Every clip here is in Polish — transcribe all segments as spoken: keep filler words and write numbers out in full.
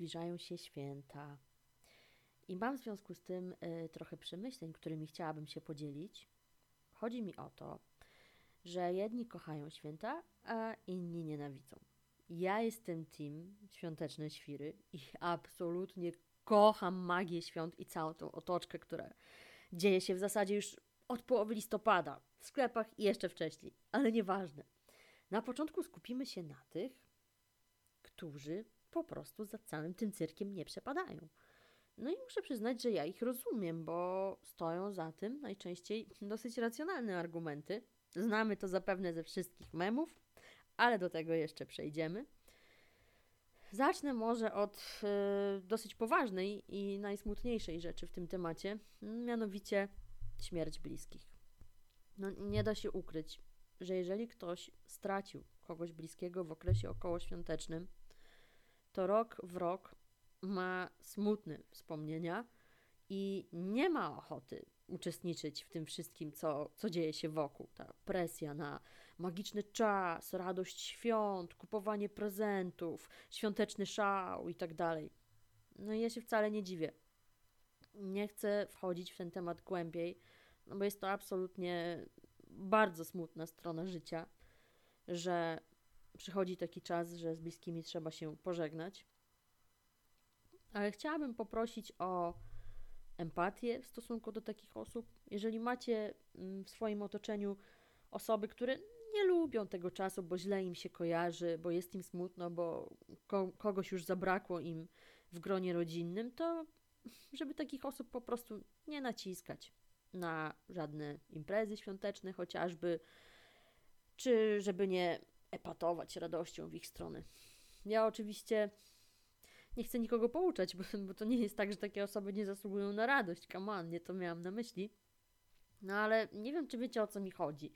zbliżają się święta i mam w związku z tym y, trochę przemyśleń, którymi chciałabym się podzielić. Chodzi mi o to, że jedni kochają święta, a inni nienawidzą. Ja jestem team świąteczne świry i absolutnie kocham magię świąt i całą tą otoczkę, która dzieje się w zasadzie już od połowy listopada, w sklepach i jeszcze wcześniej, ale nieważne. Na początku skupimy się na tych, którzy po prostu za całym tym cyrkiem nie przepadają. No i muszę przyznać, że ja ich rozumiem, bo stoją za tym najczęściej dosyć racjonalne argumenty. Znamy to zapewne ze wszystkich memów, ale do tego jeszcze przejdziemy. Zacznę może od y, dosyć poważnej i najsmutniejszej rzeczy w tym temacie, mianowicie śmierć bliskich. No, nie da się ukryć, że jeżeli ktoś stracił kogoś bliskiego w okresie okołoświątecznym, to rok w rok ma smutne wspomnienia i nie ma ochoty uczestniczyć w tym wszystkim, co, co dzieje się wokół. Ta presja na magiczny czas, radość świąt, kupowanie prezentów, świąteczny szał i tak dalej. No i ja się wcale nie dziwię. Nie chcę wchodzić w ten temat głębiej, no bo jest to absolutnie bardzo smutna strona życia, że przychodzi taki czas, że z bliskimi trzeba się pożegnać. Ale chciałabym poprosić o empatię w stosunku do takich osób. Jeżeli macie w swoim otoczeniu osoby, które nie lubią tego czasu, bo źle im się kojarzy, bo jest im smutno, bo ko- kogoś już zabrakło im w gronie rodzinnym, to żeby takich osób po prostu nie naciskać na żadne imprezy świąteczne chociażby, czy żeby nie epatować radością w ich stronę. Ja oczywiście nie chcę nikogo pouczać, bo, bo to nie jest tak, że takie osoby nie zasługują na radość. Come on, nie to miałam na myśli. No ale nie wiem, czy wiecie, o co mi chodzi.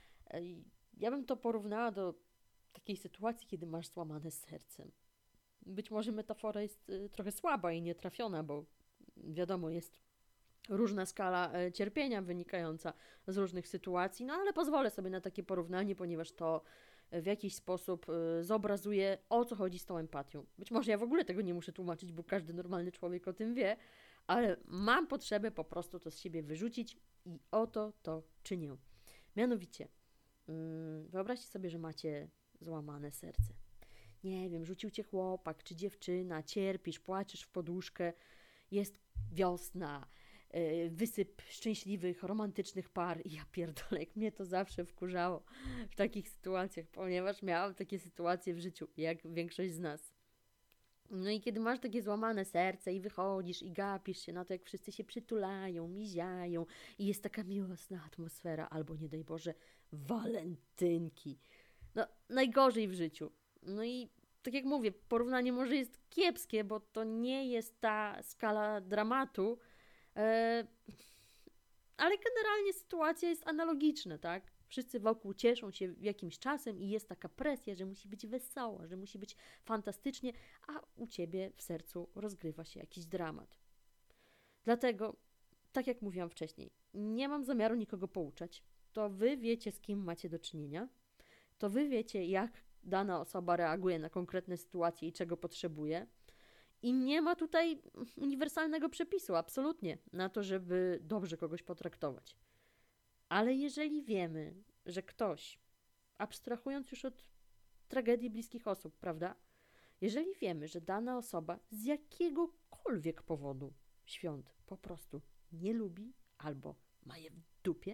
Ja bym to porównała do takiej sytuacji, kiedy masz złamane serce. Być może metafora jest trochę słaba i nietrafiona, bo wiadomo, jest różna skala cierpienia wynikająca z różnych sytuacji, no ale pozwolę sobie na takie porównanie, ponieważ to w jakiś sposób zobrazuje, o co chodzi z tą empatią. Być może ja w ogóle tego nie muszę tłumaczyć, bo każdy normalny człowiek o tym wie, ale mam potrzebę po prostu to z siebie wyrzucić i oto to czynię. Mianowicie, wyobraźcie sobie, że macie złamane serce. Nie wiem, rzucił cię chłopak czy dziewczyna, cierpisz, płaczesz w poduszkę, jest wiosna, wysyp szczęśliwych, romantycznych par i ja pierdolę, jak mnie to zawsze wkurzało w takich sytuacjach, ponieważ miałam takie sytuacje w życiu, jak większość z nas. No i kiedy masz takie złamane serce i wychodzisz i gapisz się na to, jak wszyscy się przytulają, miziają i jest taka miłosna atmosfera, albo nie daj Boże, walentynki. No, najgorzej w życiu. No i tak jak mówię, porównanie może jest kiepskie, bo to nie jest ta skala dramatu, e, ale generalnie sytuacja jest analogiczna, tak? Wszyscy wokół cieszą się jakimś czasem i jest taka presja, że musi być wesoło, że musi być fantastycznie, a u ciebie w sercu rozgrywa się jakiś dramat. Dlatego, tak jak mówiłam wcześniej, nie mam zamiaru nikogo pouczać. To wy wiecie, z kim macie do czynienia. To wy wiecie, jak dana osoba reaguje na konkretne sytuacje i czego potrzebuje. I nie ma tutaj uniwersalnego przepisu, absolutnie, na to, żeby dobrze kogoś potraktować. Ale jeżeli wiemy, że ktoś, abstrahując już od tragedii bliskich osób, prawda? Jeżeli wiemy, że dana osoba z jakiegokolwiek powodu świąt po prostu nie lubi albo ma je w dupie,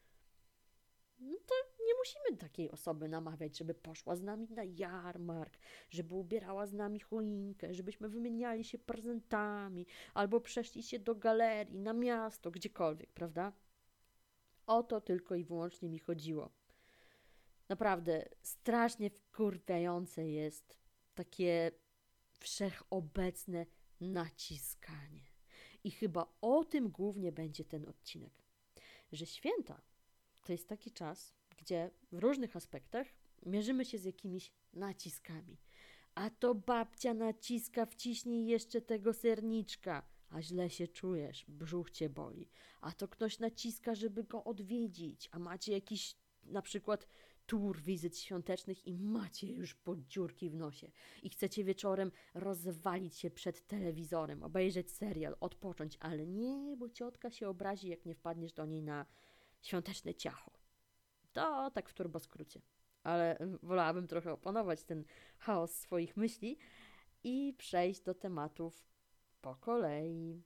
no to nie musimy takiej osoby namawiać, żeby poszła z nami na jarmark, żeby ubierała z nami choinkę, żebyśmy wymieniali się prezentami albo przeszli się do galerii, na miasto, gdziekolwiek, prawda? O to tylko i wyłącznie mi chodziło. Naprawdę strasznie wkurwiające jest takie wszechobecne naciskanie. I chyba o tym głównie będzie ten odcinek. Że święta to jest taki czas, gdzie w różnych aspektach mierzymy się z jakimiś naciskami. A to babcia naciska, wciśnij jeszcze tego serniczka, a źle się czujesz, brzuch cię boli. A to ktoś naciska, żeby go odwiedzić, a macie jakiś na przykład tur wizyt świątecznych i macie już pod dziurki w nosie i chcecie wieczorem rozwalić się przed telewizorem, obejrzeć serial, odpocząć, ale nie, bo ciotka się obrazi, jak nie wpadniesz do niej na świąteczne ciacho. To tak w turboskrócie. Ale wolałabym trochę opanować ten chaos swoich myśli i przejść do tematów po kolei.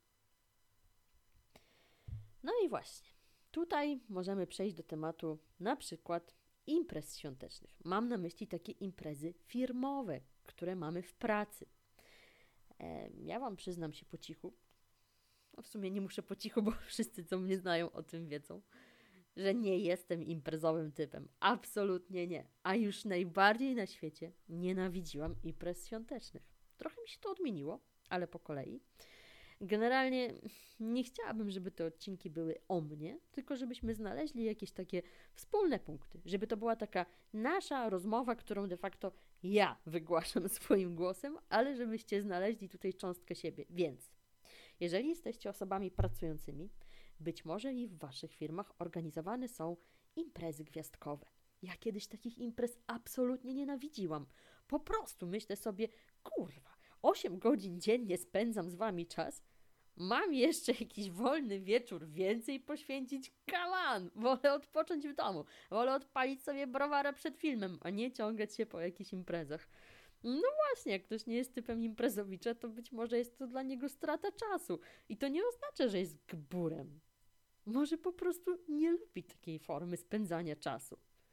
No i właśnie, tutaj możemy przejść do tematu na przykład imprez świątecznych. Mam na myśli takie imprezy firmowe, które mamy w pracy. E, ja Wam przyznam się po cichu, no w sumie nie muszę po cichu, bo wszyscy, co mnie znają, o tym wiedzą, że nie jestem imprezowym typem. Absolutnie nie. A już najbardziej na świecie nienawidziłam imprez świątecznych. Trochę mi się to odmieniło, ale po kolei. Generalnie nie chciałabym, żeby te odcinki były o mnie, tylko żebyśmy znaleźli jakieś takie wspólne punkty. Żeby to była taka nasza rozmowa, którą de facto ja wygłaszam swoim głosem, ale żebyście znaleźli tutaj cząstkę siebie. Więc jeżeli jesteście osobami pracującymi, być może i w Waszych firmach organizowane są imprezy gwiazdkowe. Ja kiedyś takich imprez absolutnie nienawidziłam. Po prostu myślę sobie, kurwa, osiem godzin dziennie spędzam z Wami czas, mam jeszcze jakiś wolny wieczór więcej poświęcić? Come on! Wolę odpocząć w domu, wolę odpalić sobie browara przed filmem, a nie ciągać się po jakichś imprezach. No właśnie, jak ktoś nie jest typem imprezowicza, to być może jest to dla niego strata czasu. I to nie oznacza, że jest gburem. Może po prostu nie lubi takiej formy spędzania czasu.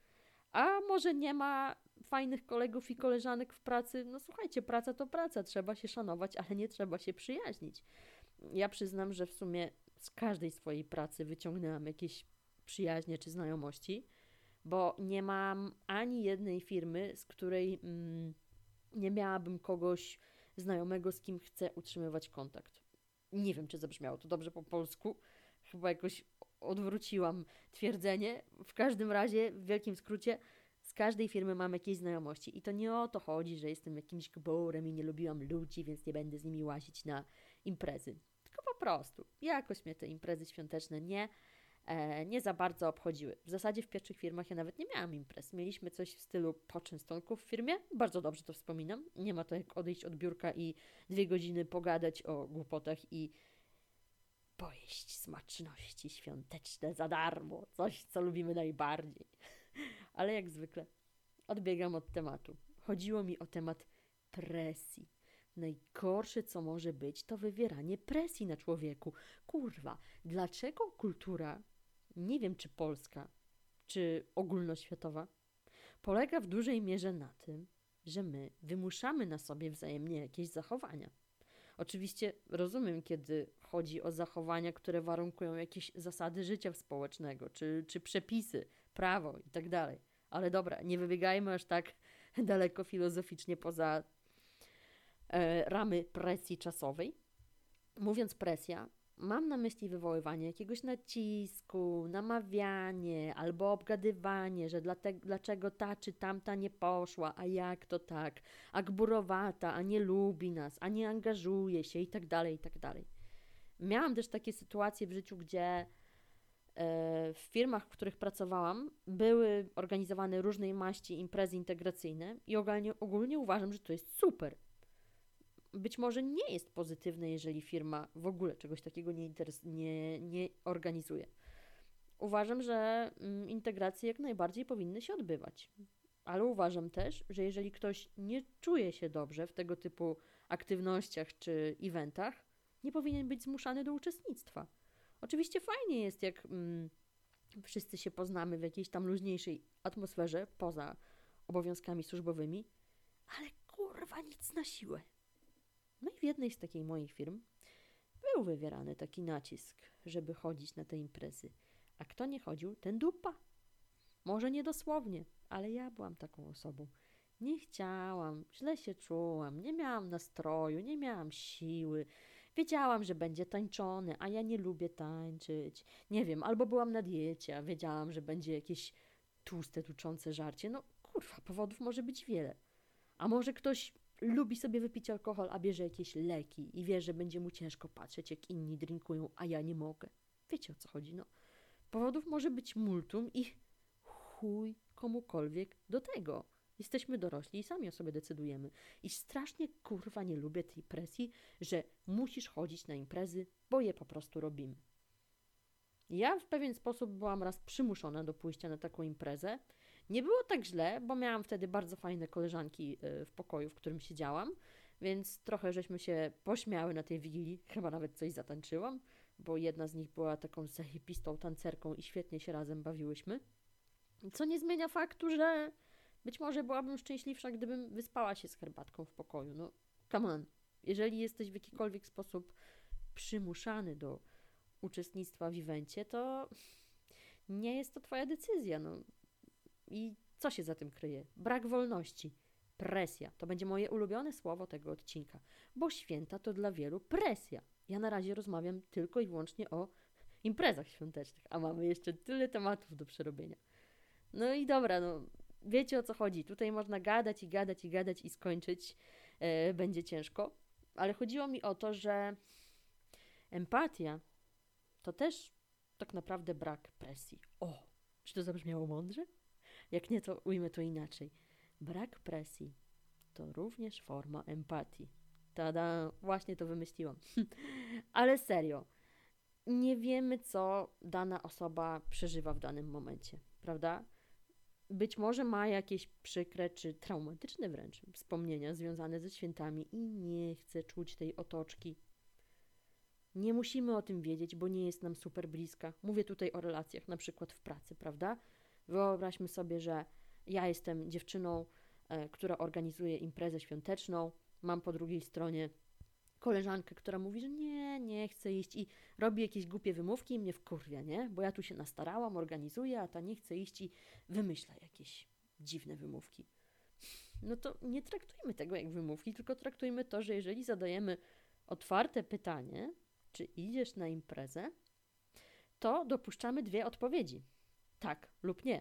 A może nie ma fajnych kolegów i koleżanek w pracy? No słuchajcie, praca to praca, trzeba się szanować, ale nie trzeba się przyjaźnić. Ja przyznam, że w sumie z każdej swojej pracy wyciągnęłam jakieś przyjaźnie czy znajomości, bo nie mam ani jednej firmy, z której mm, nie miałabym kogoś znajomego, z kim chcę utrzymywać kontakt. Nie wiem, czy zabrzmiało to dobrze po polsku. Chyba jakoś odwróciłam twierdzenie. W każdym razie, w wielkim skrócie, z każdej firmy mam jakieś znajomości. I to nie o to chodzi, że jestem jakimś gborem i nie lubiłam ludzi, więc nie będę z nimi łazić na imprezy. Tylko po prostu, jakoś mnie te imprezy świąteczne nie, e, nie za bardzo obchodziły. W zasadzie w pierwszych firmach ja nawet nie miałam imprez. Mieliśmy coś w stylu poczęstunków w firmie. Bardzo dobrze to wspominam. Nie ma to jak odejść od biurka i dwie godziny pogadać o głupotach i pojeść smaczności świąteczne za darmo. Coś, co lubimy najbardziej. Ale jak zwykle odbiegam od tematu. Chodziło mi o temat presji. Najgorsze, co może być, to wywieranie presji na człowieku. Kurwa, dlaczego kultura, nie wiem czy polska, czy ogólnoświatowa, polega w dużej mierze na tym, że my wymuszamy na sobie wzajemnie jakieś zachowania. Oczywiście rozumiem, kiedy chodzi o zachowania, które warunkują jakieś zasady życia społecznego, czy, czy przepisy, prawo i tak dalej. Ale dobra, nie wybiegajmy aż tak daleko filozoficznie poza e, ramy presji czasowej. Mówiąc presja, mam na myśli wywoływanie jakiegoś nacisku, namawianie albo obgadywanie, że dlate, dlaczego ta czy tamta nie poszła, a jak to tak, a gburowata, a nie lubi nas, a nie angażuje się i tak dalej, i tak dalej. Miałam też takie sytuacje w życiu, gdzie w firmach, w których pracowałam, były organizowane różnej maści imprezy integracyjne i ogólnie, ogólnie uważam, że to jest super. Być może nie jest pozytywne, jeżeli firma w ogóle czegoś takiego nie, interes- nie, nie organizuje. Uważam, że mm, integracje jak najbardziej powinny się odbywać. Ale uważam też, że jeżeli ktoś nie czuje się dobrze w tego typu aktywnościach czy eventach, nie powinien być zmuszany do uczestnictwa. Oczywiście fajnie jest, jak mm, wszyscy się poznamy w jakiejś tam luźniejszej atmosferze, poza obowiązkami służbowymi, ale kurwa nic na siłę. No i w jednej z takich moich firm był wywierany taki nacisk, żeby chodzić na te imprezy. A kto nie chodził, ten dupa. Może nie dosłownie, ale ja byłam taką osobą. Nie chciałam, źle się czułam, nie miałam nastroju, nie miałam siły. Wiedziałam, że będzie tańczone, a ja nie lubię tańczyć. Nie wiem, albo byłam na diecie, a wiedziałam, że będzie jakieś tłuste, tuczące żarcie. No kurwa, powodów może być wiele. A może ktoś lubi sobie wypić alkohol, a bierze jakieś leki i wie, że będzie mu ciężko patrzeć, jak inni drinkują, a ja nie mogę. Wiecie, o co chodzi, no. Powodów może być multum i chuj komukolwiek do tego. Jesteśmy dorośli i sami o sobie decydujemy. I strasznie, kurwa, nie lubię tej presji, że musisz chodzić na imprezy, bo je po prostu robimy. Ja w pewien sposób byłam raz przymuszona do pójścia na taką imprezę. Nie było tak źle, bo miałam wtedy bardzo fajne koleżanki w pokoju, w którym siedziałam, więc trochę żeśmy się pośmiały na tej wigilii, chyba nawet coś zatańczyłam, bo jedna z nich była taką zajebistą tancerką i świetnie się razem bawiłyśmy. Co nie zmienia faktu, że być może byłabym szczęśliwsza, gdybym wyspała się z herbatką w pokoju. No, come on. Jeżeli jesteś w jakikolwiek sposób przymuszany do uczestnictwa w evencie, to nie jest to twoja decyzja. No. I co się za tym kryje? Brak wolności. Presja. To będzie moje ulubione słowo tego odcinka. Bo święta to dla wielu presja. Ja na razie rozmawiam tylko i wyłącznie o imprezach świątecznych, a mamy jeszcze tyle tematów do przerobienia. No i dobra, no wiecie o co chodzi. Tutaj można gadać i gadać i gadać i skończyć e, będzie ciężko. Ale chodziło mi o to, że empatia to też tak naprawdę brak presji. O, czy to zabrzmiało mądrze? Jak nie, to ujmę to inaczej. Brak presji to również forma empatii. Tada, właśnie to wymyśliłam. Ale serio, nie wiemy, co dana osoba przeżywa w danym momencie, prawda? Być może ma jakieś przykre czy traumatyczne wręcz wspomnienia związane ze świętami i nie chce czuć tej otoczki. Nie musimy o tym wiedzieć, bo nie jest nam super bliska. Mówię tutaj o relacjach, na przykład w pracy, prawda? Wyobraźmy sobie, że ja jestem dziewczyną, e, która organizuje imprezę świąteczną, mam po drugiej stronie koleżankę, która mówi, że nie, nie chce iść i robi jakieś głupie wymówki i mnie wkurwia, nie? Bo ja tu się nastarałam, organizuję, a ta nie chce iść i wymyśla jakieś dziwne wymówki. No to nie traktujmy tego jak wymówki, tylko traktujmy to, że jeżeli zadajemy otwarte pytanie, czy idziesz na imprezę, to dopuszczamy dwie odpowiedzi. Tak lub nie.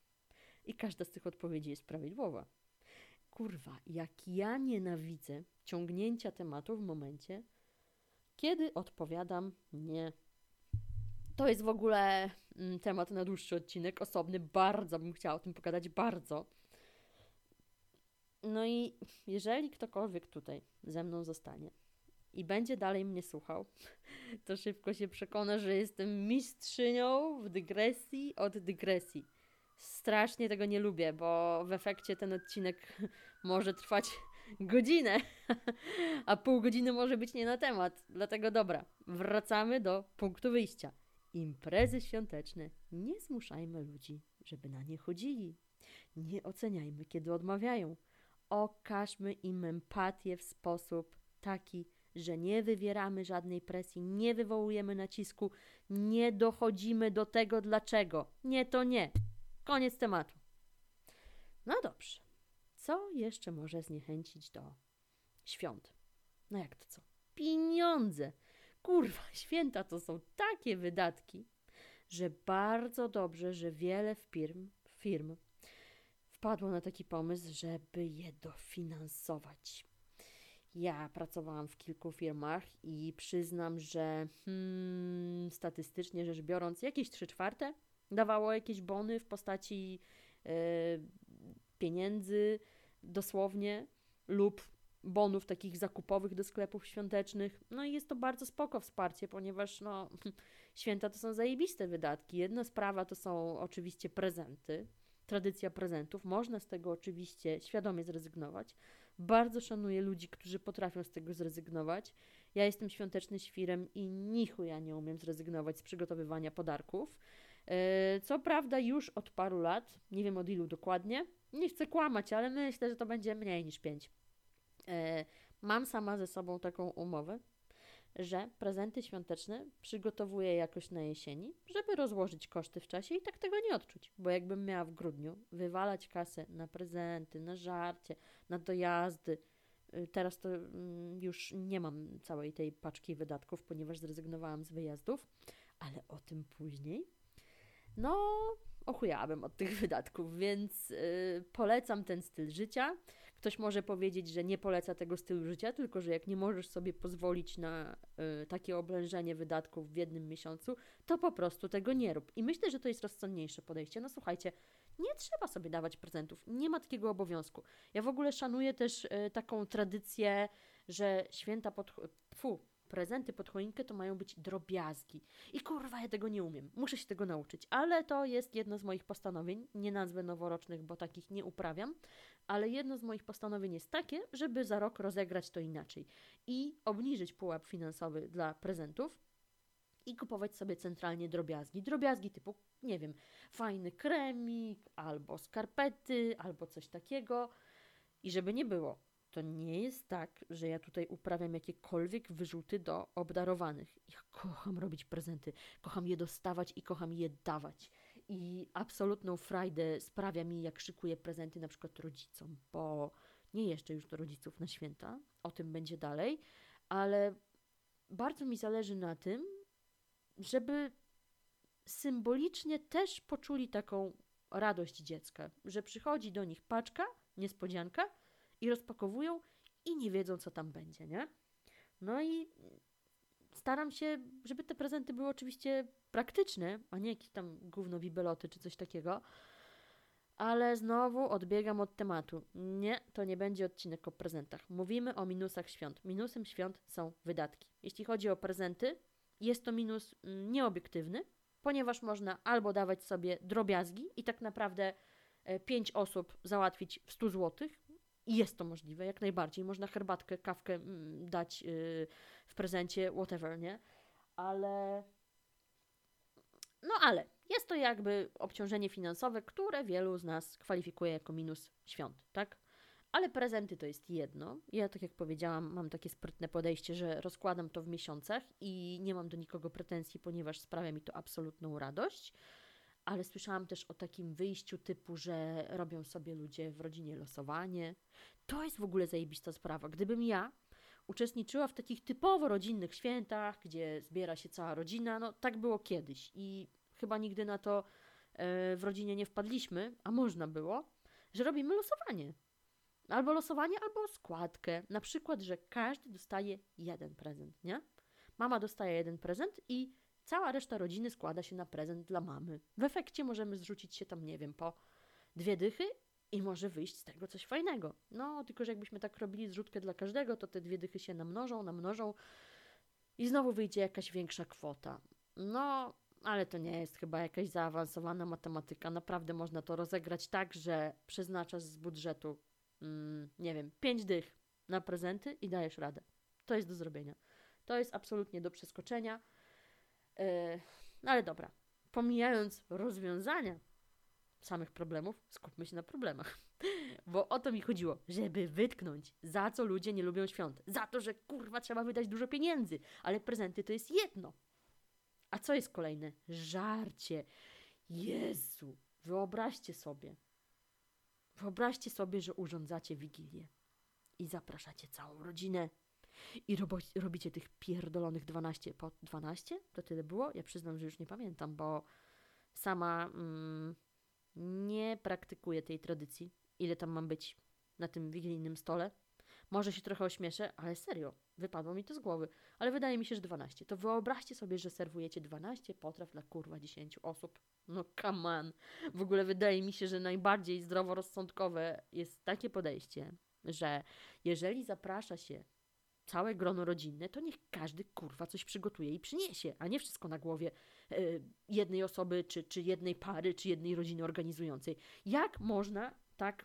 I każda z tych odpowiedzi jest prawidłowa. Kurwa, jak ja nienawidzę ciągnięcia tematu w momencie, kiedy odpowiadam nie. To jest w ogóle mm, temat na dłuższy odcinek, osobny. Bardzo bym chciała o tym pogadać, bardzo. No i jeżeli ktokolwiek tutaj ze mną zostanie i będzie dalej mnie słuchał, to szybko się przekona, że jestem mistrzynią w dygresji od dygresji. Strasznie tego nie lubię, bo w efekcie ten odcinek może trwać godzinę, a pół godziny może być nie na temat. Dlatego dobra, wracamy do punktu wyjścia. Imprezy świąteczne. Nie zmuszajmy ludzi, żeby na nie chodzili. Nie oceniajmy, kiedy odmawiają. Okażmy im empatię w sposób taki, że nie wywieramy żadnej presji, nie wywołujemy nacisku, nie dochodzimy do tego dlaczego. Nie, to nie. Koniec tematu. No dobrze. Co jeszcze może zniechęcić do świąt? No jak to co? Pieniądze. Kurwa, święta to są takie wydatki, że bardzo dobrze, że wiele firm, firm wpadło na taki pomysł, żeby je dofinansować. Ja pracowałam w kilku firmach i przyznam, że hmm, statystycznie rzecz biorąc, jakieś trzy czwarte dawało jakieś bony w postaci yy, pieniędzy dosłownie lub bonów takich zakupowych do sklepów świątecznych. No i jest to bardzo spoko wsparcie, ponieważ no, święta to są zajebiste wydatki. Jedna sprawa to są oczywiście prezenty, tradycja prezentów. Można z tego oczywiście świadomie zrezygnować. Bardzo szanuję ludzi, którzy potrafią z tego zrezygnować. Ja jestem świątecznym świrem i nichu ja nie umiem zrezygnować z przygotowywania podarków. Co prawda już od paru lat, nie wiem od ilu dokładnie, nie chcę kłamać, ale myślę, że to będzie mniej niż pięć. Mam sama ze sobą taką umowę, że prezenty świąteczne przygotowuję jakoś na jesieni, żeby rozłożyć koszty w czasie i tak tego nie odczuć. Bo jakbym miała w grudniu wywalać kasę na prezenty, na żarcie, na dojazdy, teraz to już nie mam całej tej paczki wydatków, ponieważ zrezygnowałam z wyjazdów, ale o tym później. No, ochujałabym od tych wydatków, więc yy, polecam ten styl życia, Ktoś może powiedzieć, że nie poleca tego stylu życia, tylko że jak nie możesz sobie pozwolić na y, takie oblężenie wydatków w jednym miesiącu, to po prostu tego nie rób. I myślę, że to jest rozsądniejsze podejście. No słuchajcie, nie trzeba sobie dawać prezentów, nie ma takiego obowiązku. Ja w ogóle szanuję też y, taką tradycję, że święta pod... Fu, prezenty pod choinkę to mają być drobiazgi. I kurwa, ja tego nie umiem. Muszę się tego nauczyć. Ale to jest jedno z moich postanowień. Nie nazwę noworocznych, bo takich nie uprawiam. Ale jedno z moich postanowień jest takie, żeby za rok rozegrać to inaczej. I obniżyć pułap finansowy dla prezentów i kupować sobie centralnie drobiazgi. Drobiazgi typu, nie wiem, fajny kremik, albo skarpety, albo coś takiego. I żeby nie było, to nie jest tak, że ja tutaj uprawiam jakiekolwiek wyrzuty do obdarowanych. Ja kocham robić prezenty, kocham je dostawać i kocham je dawać. I absolutną frajdę sprawia mi, jak szykuję prezenty na przykład rodzicom, bo nie jeżdżę już do rodziców na święta, o tym będzie dalej, ale bardzo mi zależy na tym, żeby symbolicznie też poczuli taką radość dziecka, że przychodzi do nich paczka, niespodzianka i rozpakowują i nie wiedzą, co tam będzie, nie? No i staram się, żeby te prezenty były oczywiście praktyczne, a nie jakieś tam gówno wibeloty czy coś takiego, ale znowu odbiegam od tematu. Nie, to nie będzie odcinek o prezentach. Mówimy o minusach świąt. Minusem świąt są wydatki. Jeśli chodzi o prezenty, jest to minus mm, nieobiektywny, ponieważ można albo dawać sobie drobiazgi i tak naprawdę e, pięć osób załatwić w stu złotych i jest to możliwe, jak najbardziej. Można herbatkę, kawkę mm, dać yy, w prezencie, whatever, nie? Ale... No ale jest to jakby obciążenie finansowe, które wielu z nas kwalifikuje jako minus świąt, tak? Ale prezenty to jest jedno. Ja, tak jak powiedziałam, mam takie sprytne podejście, że rozkładam to w miesiącach i nie mam do nikogo pretensji, ponieważ sprawia mi to absolutną radość. Ale słyszałam też o takim wyjściu typu, że robią sobie ludzie w rodzinie losowanie. To jest w ogóle zajebista sprawa. Gdybym ja uczestniczyła w takich typowo rodzinnych świętach, gdzie zbiera się cała rodzina, no tak było kiedyś i chyba nigdy na to e, w rodzinie nie wpadliśmy, a można było, że robimy losowanie. Albo losowanie, albo składkę. Na przykład, że każdy dostaje jeden prezent, nie? Mama dostaje jeden prezent i cała reszta rodziny składa się na prezent dla mamy. W efekcie możemy zrzucić się tam, nie wiem, po dwie dychy i może wyjść z tego coś fajnego. No, tylko że jakbyśmy tak robili zrzutkę dla każdego, to te dwie dychy się namnożą, namnożą i znowu wyjdzie jakaś większa kwota. No, ale to nie jest chyba jakaś zaawansowana matematyka. Naprawdę można to rozegrać tak, że przeznaczasz z budżetu, mm, nie wiem, pięć dych na prezenty i dajesz radę. To jest do zrobienia. To jest absolutnie do przeskoczenia. Yy, no ale dobra, pomijając rozwiązania samych problemów, skupmy się na problemach. Bo o to mi chodziło, żeby wytknąć, za co ludzie nie lubią świąt. Za to, że kurwa trzeba wydać dużo pieniędzy, ale prezenty to jest jedno. A co jest kolejne? Żarcie. Jezu, wyobraźcie sobie. Wyobraźcie sobie, że urządzacie wigilię i zapraszacie całą rodzinę. I robo, robicie tych pierdolonych dwanaście po dwanaście? To tyle było? Ja przyznam, że już nie pamiętam, bo sama mm, nie praktykuję tej tradycji. Ile tam mam być na tym wigilijnym stole? Może się trochę ośmieszę, ale serio, wypadło mi to z głowy. Ale wydaje mi się, że dwanaście. To wyobraźcie sobie, że serwujecie dwanaście potraw dla kurwa dziesięciu osób. No come on. W ogóle wydaje mi się, że najbardziej zdroworozsądkowe jest takie podejście, że jeżeli zaprasza się całe grono rodzinne, to niech każdy kurwa coś przygotuje i przyniesie, a nie wszystko na głowie y, jednej osoby, czy, czy jednej pary, czy jednej rodziny organizującej. Jak można tak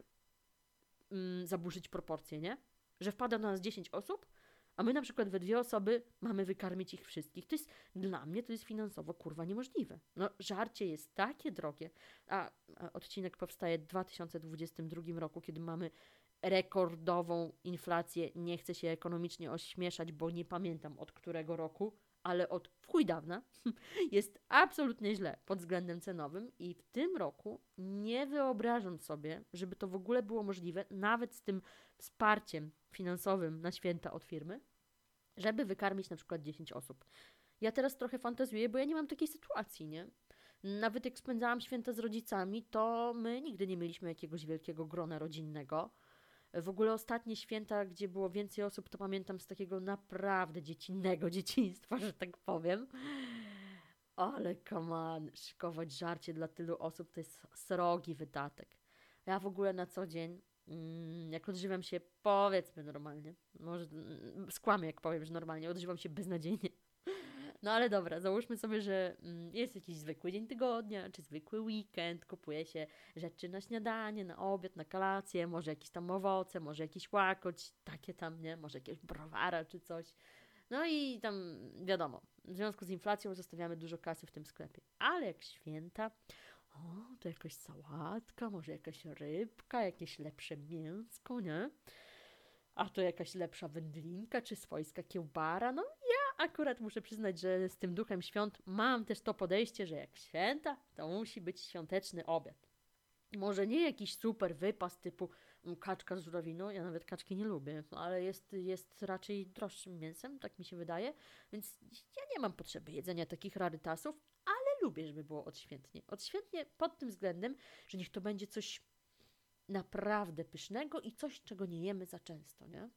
mm, zaburzyć proporcje, nie? Że wpada do nas dziesięć osób, a my na przykład we dwie osoby mamy wykarmić ich wszystkich. To jest, dla mnie to jest finansowo kurwa niemożliwe. No żarcie jest takie drogie, a, a odcinek powstaje w dwa tysiące dwudziestym drugim roku, kiedy mamy rekordową inflację. Nie chcę się ekonomicznie ośmieszać, bo nie pamiętam od którego roku, ale od w chuj dawna jest absolutnie źle pod względem cenowym i w tym roku nie wyobrażam sobie, żeby to w ogóle było możliwe, nawet z tym wsparciem finansowym na święta od firmy, żeby wykarmić na przykład dziesięć osób. Ja teraz trochę fantazjuję, bo ja nie mam takiej sytuacji, nie? Nawet jak spędzałam święta z rodzicami, to my nigdy nie mieliśmy jakiegoś wielkiego grona rodzinnego. W ogóle ostatnie święta, gdzie było więcej osób, to pamiętam z takiego naprawdę dziecinnego dzieciństwa, że tak powiem. Ale come on, szykować żarcie dla tylu osób to jest srogi wydatek. Ja w ogóle na co dzień, mm, jak odżywiam się, powiedzmy normalnie, może mm, skłamię jak powiem, że normalnie, odżywiam się beznadziejnie. No ale dobra, załóżmy sobie, że mm, jest jakiś zwykły dzień tygodnia, czy zwykły weekend, kupuje się rzeczy na śniadanie, na obiad, na kolację, może jakieś tam owoce, może jakiś łakoć, takie tam, nie? Może jakiegoś browara czy coś. No i tam wiadomo, w związku z inflacją zostawiamy dużo kasy w tym sklepie. Ale jak święta, o, to jakaś sałatka, może jakaś rybka, jakieś lepsze mięsko, nie? A to jakaś lepsza wędlinka, czy swojska kiełbara. No ja akurat muszę przyznać, że z tym duchem świąt mam też to podejście, że jak święta, to musi być świąteczny obiad. Może nie jakiś super wypas typu kaczka z żurawiną, ja nawet kaczki nie lubię, ale jest, jest raczej droższym mięsem, tak mi się wydaje, więc ja nie mam potrzeby jedzenia takich rarytasów, ale lubię, żeby było odświętnie. Odświętnie pod tym względem, że niech to będzie coś naprawdę pysznego i coś, czego nie jemy za często, nie?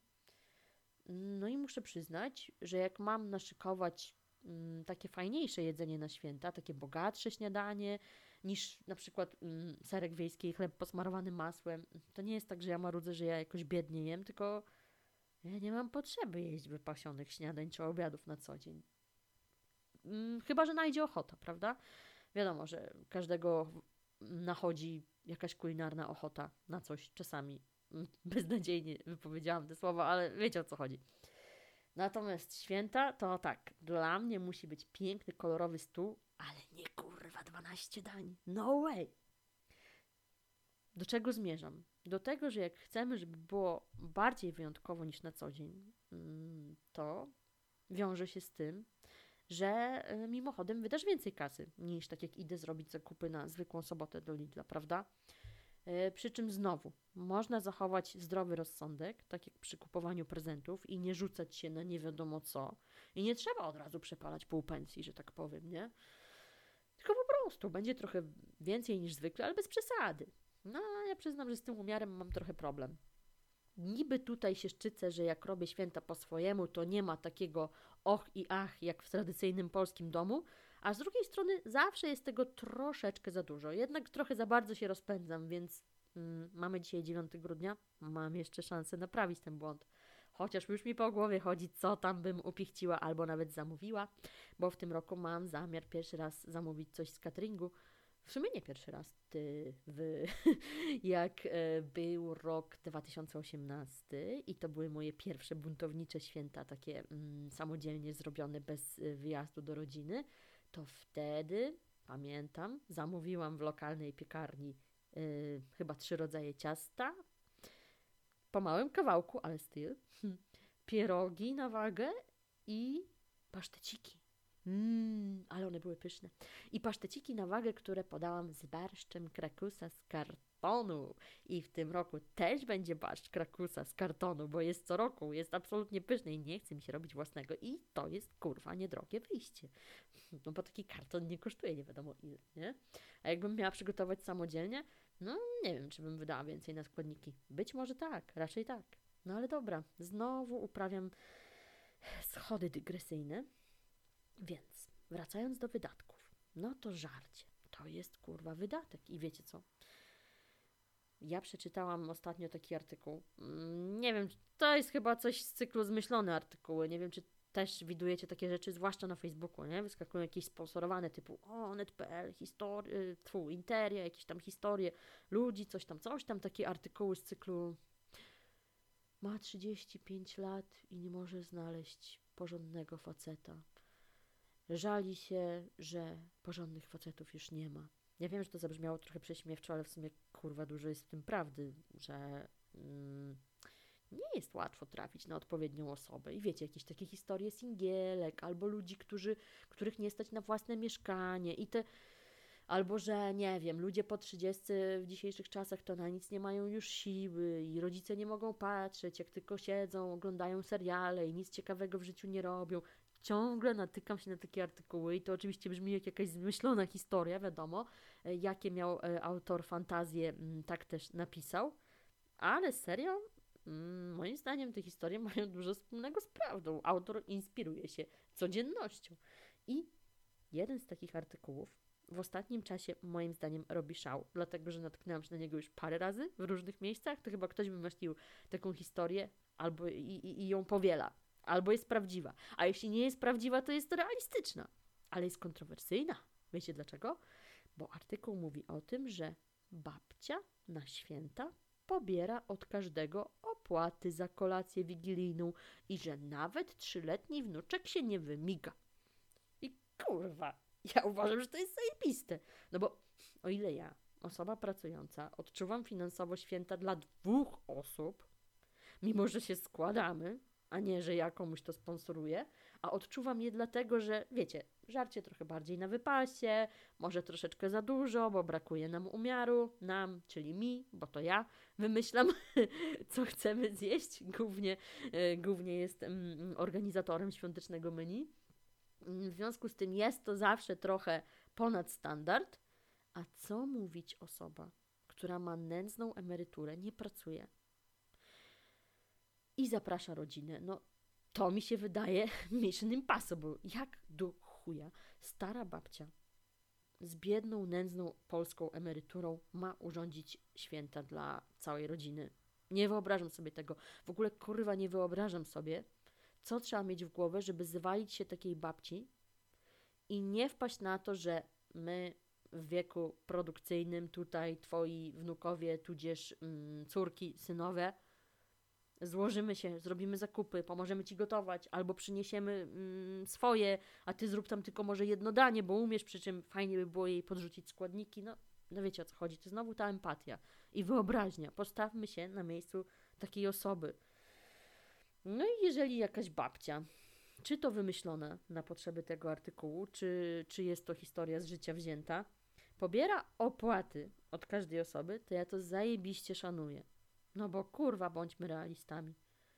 No i muszę przyznać, że jak mam naszykować mm, takie fajniejsze jedzenie na święta, takie bogatsze śniadanie, niż na przykład mm, serek wiejski i chleb posmarowany masłem, to nie jest tak, że ja marudzę, że ja jakoś biednie jem, tylko ja nie mam potrzeby jeść wypasionych śniadań czy obiadów na co dzień. Mm, chyba, że najdzie ochota, prawda? Wiadomo, że każdego nachodzi jakaś kulinarna ochota na coś czasami. Mm, Beznadziejnie wypowiedziałam te słowa, ale wiecie o co chodzi. Natomiast święta to tak, dla mnie musi być piękny, kolorowy stół, ale nie kurwa dwanaście dań. No way! Do czego zmierzam? Do tego, że jak chcemy, żeby było bardziej wyjątkowo niż na co dzień, mm, to wiąże się z tym, że e, mimochodem wydasz więcej kasy niż tak jak idę zrobić zakupy na zwykłą sobotę do Lidla, prawda? E, Przy czym znowu, można zachować zdrowy rozsądek, tak jak przy kupowaniu prezentów i nie rzucać się na nie wiadomo co. I nie trzeba od razu przepalać pół pensji, że tak powiem, nie? Tylko po prostu będzie trochę więcej niż zwykle, ale bez przesady. No, ja przyznam, że z tym umiarem mam trochę problem. Niby tutaj się szczycę, że jak robię święta po swojemu, to nie ma takiego och i ach, jak w tradycyjnym polskim domu, a z drugiej strony zawsze jest tego troszeczkę za dużo. Jednak trochę za bardzo się rozpędzam, więc mm, mamy dzisiaj dziewiątego grudnia, mam jeszcze szansę naprawić ten błąd. Chociaż już mi po głowie chodzi, co tam bym upichciła albo nawet zamówiła, bo w tym roku mam zamiar pierwszy raz zamówić coś z cateringu. W sumie nie pierwszy raz, ty, wy, jak e, był rok dwa tysiące osiemnasty i to były moje pierwsze buntownicze święta, takie mm, samodzielnie zrobione bez y, wyjazdu do rodziny, to wtedy, pamiętam, zamówiłam w lokalnej piekarni y, chyba trzy rodzaje ciasta, po małym kawałku, ale styl, pierogi na wagę i paszteciki. Mmm, ale one były pyszne. I paszteciki na wagę, które podałam z barszczem krakusa z kartonu. I w tym roku też będzie barszcz krakusa z kartonu, bo jest co roku, jest absolutnie pyszny i nie chce mi się robić własnego. I to jest kurwa niedrogie wyjście. No bo taki karton nie kosztuje nie wiadomo ile, nie? A jakbym miała przygotować samodzielnie, no nie wiem, czy bym wydała więcej na składniki. Być może tak, raczej tak. No ale dobra, znowu uprawiam schody dygresyjne. Więc, wracając do wydatków, no to żarcie, to jest kurwa wydatek i wiecie co? Ja przeczytałam ostatnio taki artykuł, mm, nie wiem, to jest chyba coś z cyklu zmyślone artykuły, nie wiem, czy też widujecie takie rzeczy, zwłaszcza na Facebooku, nie? Wyskakują jakieś sponsorowane typu o, net kropka pe el, historie, tfu, Interia, jakieś tam historie ludzi, coś tam, coś tam, takie artykuły z cyklu ma trzydzieści pięć lat i nie może znaleźć porządnego faceta. Żali się, że porządnych facetów już nie ma. Ja wiem, że to zabrzmiało trochę prześmiewczo, ale w sumie kurwa dużo jest w tym prawdy, że mm, nie jest łatwo trafić na odpowiednią osobę. I wiecie, jakieś takie historie singielek, albo ludzi, którzy, których nie stać na własne mieszkanie i te, albo że nie wiem, ludzie po trzydziestce w dzisiejszych czasach to na nic nie mają już siły i rodzice nie mogą patrzeć, jak tylko siedzą, oglądają seriale i nic ciekawego w życiu nie robią. Ciągle natykam się na takie artykuły i to oczywiście brzmi jak jakaś zmyślona historia, wiadomo, jakie miał autor fantazję, tak też napisał, ale serio, Mm, moim zdaniem te historie mają dużo wspólnego z prawdą. Autor inspiruje się codziennością. I jeden z takich artykułów w ostatnim czasie moim zdaniem robi szał, dlatego że natknęłam się na niego już parę razy w różnych miejscach. To chyba ktoś wymyślił taką historię albo i, i, i ją powiela, albo jest prawdziwa. A jeśli nie jest prawdziwa, to jest realistyczna, ale jest kontrowersyjna. Wiecie dlaczego? Bo artykuł mówi o tym, że babcia na święta pobiera od każdego opłaty za kolację wigilijną i że nawet trzyletni wnuczek się nie wymiga. I kurwa, ja uważam, że to jest zajebiste. No bo o ile ja, osoba pracująca, odczuwam finansowo święta dla dwóch osób, mimo że się składamy, a nie, że ja komuś to sponsoruję, a odczuwam je dlatego, że wiecie, żarcie trochę bardziej na wypasie, może troszeczkę za dużo, bo brakuje nam umiaru, nam, czyli mi, bo to ja wymyślam, co chcemy zjeść, głównie, e, głównie jest mm, organizatorem świątecznego menu. W związku z tym jest to zawsze trochę ponad standard. A co mówić osoba, która ma nędzną emeryturę, nie pracuje i zaprasza rodzinę? No to mi się wydaje mission impossible. Jak do chuja stara babcia z biedną, nędzną polską emeryturą ma urządzić święta dla całej rodziny? Nie wyobrażam sobie tego. W ogóle kurwa nie wyobrażam sobie, co trzeba mieć w głowie, żeby zwalić się takiej babci i nie wpaść na to, że my w wieku produkcyjnym, tutaj twoi wnukowie, tudzież mm, córki, synowe, złożymy się, zrobimy zakupy, pomożemy ci gotować, albo przyniesiemy mm, swoje, a ty zrób tam tylko może jedno danie, bo umiesz, przy czym fajnie by było jej podrzucić składniki. No, no wiecie o co chodzi, to znowu ta empatia i wyobraźnia. Postawmy się na miejscu takiej osoby. No i jeżeli jakaś babcia, czy to wymyślone na potrzeby tego artykułu, czy, czy jest to historia z życia wzięta, pobiera opłaty od każdej osoby, to ja to zajebiście szanuję. No bo kurwa, bądźmy realistami.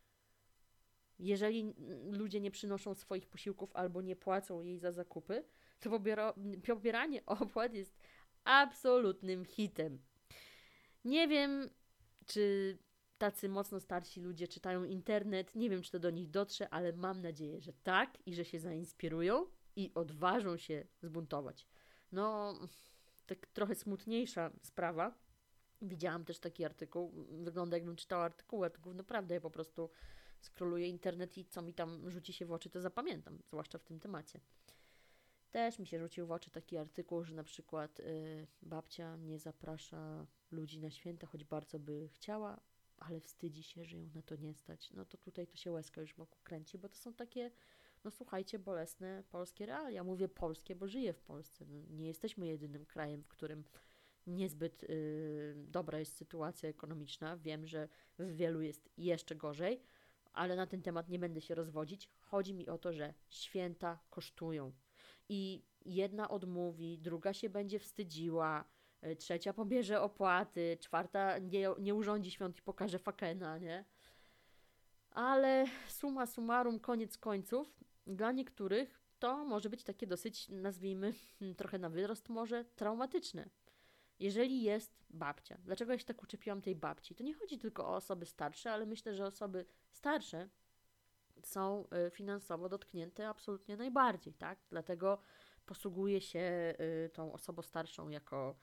Jeżeli ludzie nie przynoszą swoich posiłków albo nie płacą jej za zakupy, to pobiera, pobieranie opłat jest absolutnym hitem. Nie wiem, czy tacy mocno starsi ludzie czytają internet, nie wiem, czy to do nich dotrze, ale mam nadzieję, że tak i że się zainspirują i odważą się zbuntować. No, tak trochę smutniejsza sprawa. Widziałam też taki artykuł, wygląda jakbym czytała artykuł, artykuł naprawdę ja po prostu scrolluję internet i co mi tam rzuci się w oczy, to zapamiętam, zwłaszcza w tym temacie. Też mi się rzucił w oczy taki artykuł, że na przykład y, babcia nie zaprasza ludzi na święta, choć bardzo by chciała, ale wstydzi się, że ją na to nie stać. No to tutaj to się łezka już wokół kręci, bo to są takie, no słuchajcie, bolesne polskie realia. Mówię polskie, bo żyję w Polsce. No, nie jesteśmy jedynym krajem, w którym niezbyt y, dobra jest sytuacja ekonomiczna. Wiem, że w wielu jest jeszcze gorzej, ale na ten temat nie będę się rozwodzić. Chodzi mi o to, że święta kosztują. I jedna odmówi, druga się będzie wstydziła, y, trzecia pobierze opłaty, czwarta nie, nie urządzi świąt i pokaże fakena, nie? Ale summa summarum, koniec końców, dla niektórych to może być takie dosyć, nazwijmy, trochę na wyrost może, traumatyczne. Jeżeli jest babcia, dlaczego ja się tak uczepiłam tej babci? To nie chodzi tylko o osoby starsze, ale myślę, że osoby starsze są y, finansowo dotknięte absolutnie najbardziej, tak? Dlatego posługuję się y, tą osobą starszą jako,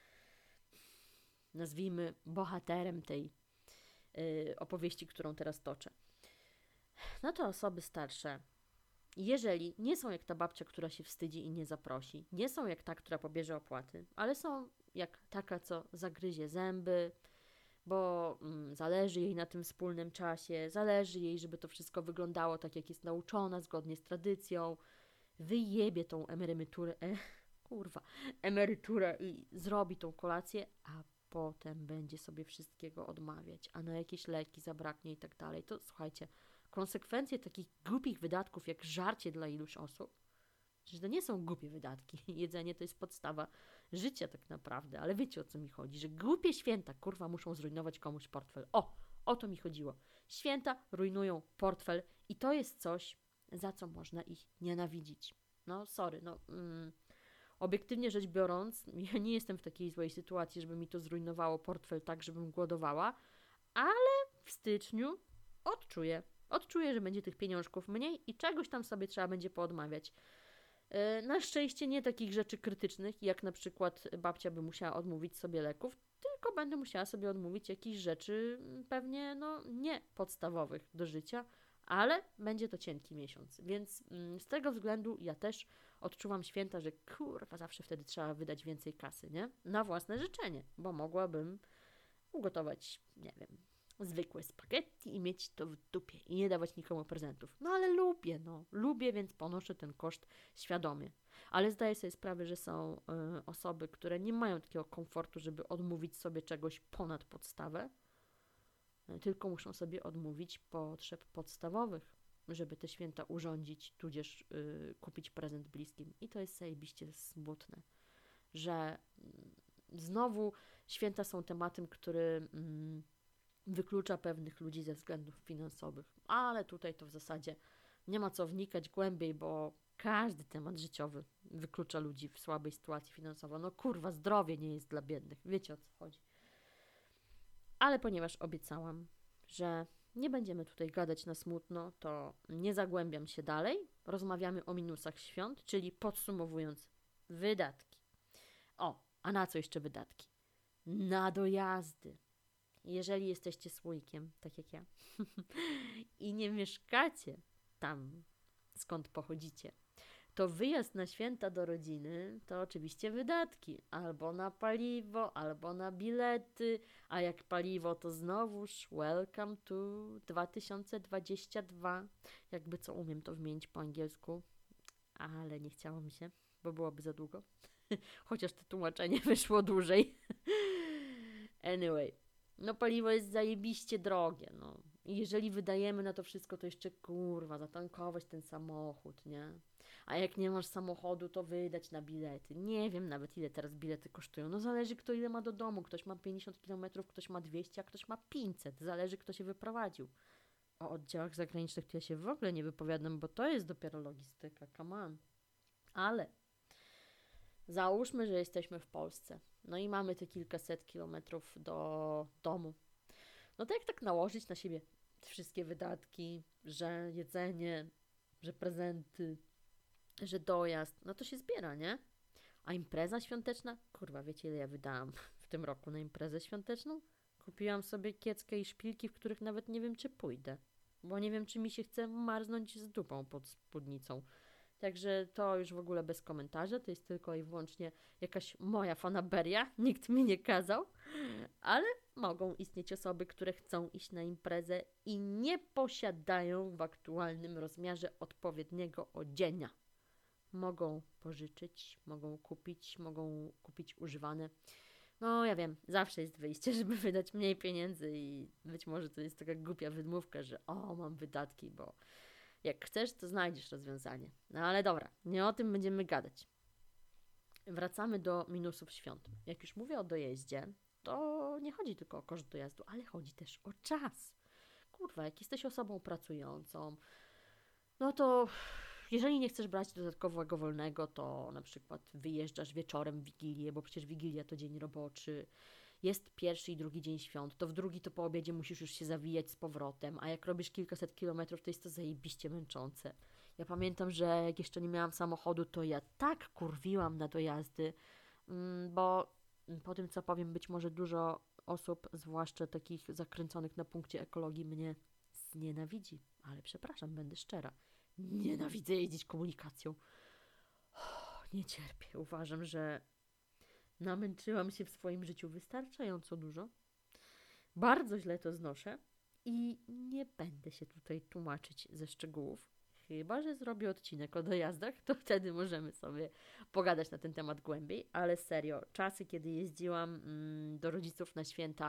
nazwijmy, bohaterem tej y, opowieści, którą teraz toczę. No to osoby starsze, jeżeli nie są jak ta babcia, która się wstydzi i nie zaprosi, nie są jak ta, która pobierze opłaty, ale są jak taka, co zagryzie zęby, bo mm, zależy jej na tym wspólnym czasie, zależy jej, żeby to wszystko wyglądało tak, jak jest nauczona, zgodnie z tradycją, wyjebie tą emeryturę, e, kurwa, emeryturę i zrobi tą kolację, a potem będzie sobie wszystkiego odmawiać, a na jakieś leki zabraknie i tak dalej. To słuchajcie, konsekwencje takich głupich wydatków, jak żarcie dla iluś osób, że to nie są głupie wydatki. Jedzenie to jest podstawa życia tak naprawdę, ale wiecie o co mi chodzi, że głupie święta, kurwa, muszą zrujnować komuś portfel. O, o to mi chodziło. Święta rujnują portfel i to jest coś, za co można ich nienawidzić. No, sorry, no... Mm, obiektywnie rzecz biorąc, ja nie jestem w takiej złej sytuacji, żeby mi to zrujnowało portfel tak, żebym głodowała, ale w styczniu odczuję. Odczuję, że będzie tych pieniążków mniej i czegoś tam sobie trzeba będzie poodmawiać. Na szczęście nie takich rzeczy krytycznych, jak na przykład babcia by musiała odmówić sobie leków, tylko będę musiała sobie odmówić jakichś rzeczy pewnie no nie podstawowych do życia, ale będzie to cienki miesiąc, więc z tego względu ja też odczuwam święta, że kurwa zawsze wtedy trzeba wydać więcej kasy, nie? Na własne życzenie, bo mogłabym ugotować, nie wiem, zwykłe spaghetti i mieć to w dupie i nie dawać nikomu prezentów. No ale lubię, no. Lubię, więc ponoszę ten koszt świadomie. Ale zdaję sobie sprawę, że są y, osoby, które nie mają takiego komfortu, żeby odmówić sobie czegoś ponad podstawę, y, tylko muszą sobie odmówić potrzeb podstawowych, żeby te święta urządzić, tudzież y, kupić prezent bliskim. I to jest zajebiście smutne, że y, znowu święta są tematem, który... Y, wyklucza pewnych ludzi ze względów finansowych. Ale tutaj to w zasadzie nie ma co wnikać głębiej, bo każdy temat życiowy wyklucza ludzi w słabej sytuacji finansowej. No kurwa, zdrowie nie jest dla biednych. Wiecie, o co chodzi. Ale ponieważ obiecałam, że nie będziemy tutaj gadać na smutno, to nie zagłębiam się dalej. Rozmawiamy o minusach świąt, czyli podsumowując, wydatki. O, a na co jeszcze wydatki? Na dojazdy. Jeżeli jesteście słoikiem, tak jak ja, i nie mieszkacie tam, skąd pochodzicie, to wyjazd na święta do rodziny to oczywiście wydatki. Albo na paliwo, albo na bilety, a jak paliwo to znowuż welcome to dwa tysiące dwudziesty drugi. Jakby co umiem to wymienić po angielsku, ale nie chciało mi się, bo byłoby za długo. Chociaż to tłumaczenie wyszło dłużej. Anyway. No paliwo jest zajebiście drogie, no. I jeżeli wydajemy na to wszystko, to jeszcze kurwa, zatankować ten samochód, nie? A jak nie masz samochodu, to wydać na bilety. Nie wiem nawet ile teraz bilety kosztują. No zależy kto ile ma do domu. Ktoś ma pięćdziesiąt kilometrów, ktoś ma dwieście, a ktoś ma pięćset. Zależy kto się wyprowadził. O oddziałach zagranicznych to ja się w ogóle nie wypowiadam, bo to jest dopiero logistyka, come on. Ale załóżmy, że jesteśmy w Polsce. No i mamy te kilkaset kilometrów do domu. No to jak tak nałożyć na siebie wszystkie wydatki, że jedzenie, że prezenty, że dojazd, no to się zbiera, nie? A impreza świąteczna? Kurwa, wiecie ile ja wydałam w tym roku na imprezę świąteczną? Kupiłam sobie kieckę i szpilki, w których nawet nie wiem, czy pójdę. Bo nie wiem, czy mi się chce marznąć z dupą pod spódnicą. Także to już w ogóle bez komentarza, to jest tylko i wyłącznie jakaś moja fanaberia, nikt mi nie kazał, ale mogą istnieć osoby, które chcą iść na imprezę i nie posiadają w aktualnym rozmiarze odpowiedniego odzienia. Mogą pożyczyć, mogą kupić, mogą kupić używane. No ja wiem, zawsze jest wyjście, żeby wydać mniej pieniędzy i być może to jest taka głupia wymówka, że o, mam wydatki, bo jak chcesz, to znajdziesz rozwiązanie. No ale dobra, nie o tym będziemy gadać. Wracamy do minusów świąt. Jak już mówię o dojeździe, to nie chodzi tylko o koszt dojazdu, ale chodzi też o czas. Kurwa, jak jesteś osobą pracującą, no to jeżeli nie chcesz brać dodatkowego wolnego, to na przykład wyjeżdżasz wieczorem w Wigilię, bo przecież Wigilia to dzień roboczy. Jest pierwszy i drugi dzień świąt, to w drugi to po obiedzie musisz już się zawijać z powrotem, a jak robisz kilkaset kilometrów, to jest to zajebiście męczące. Ja pamiętam, że jak jeszcze nie miałam samochodu, to ja tak kurwiłam na dojazdy, bo po tym, co powiem, być może dużo osób, zwłaszcza takich zakręconych na punkcie ekologii, mnie znienawidzi. Ale przepraszam, będę szczera. Nienawidzę jeździć komunikacją. Oh, nie cierpię. Uważam, że namęczyłam się w swoim życiu wystarczająco dużo. Bardzo źle to znoszę i nie będę się tutaj tłumaczyć ze szczegółów. Chyba że zrobię odcinek o dojazdach, to wtedy możemy sobie pogadać na ten temat głębiej, ale serio, czasy, kiedy jeździłam mm, do rodziców na święta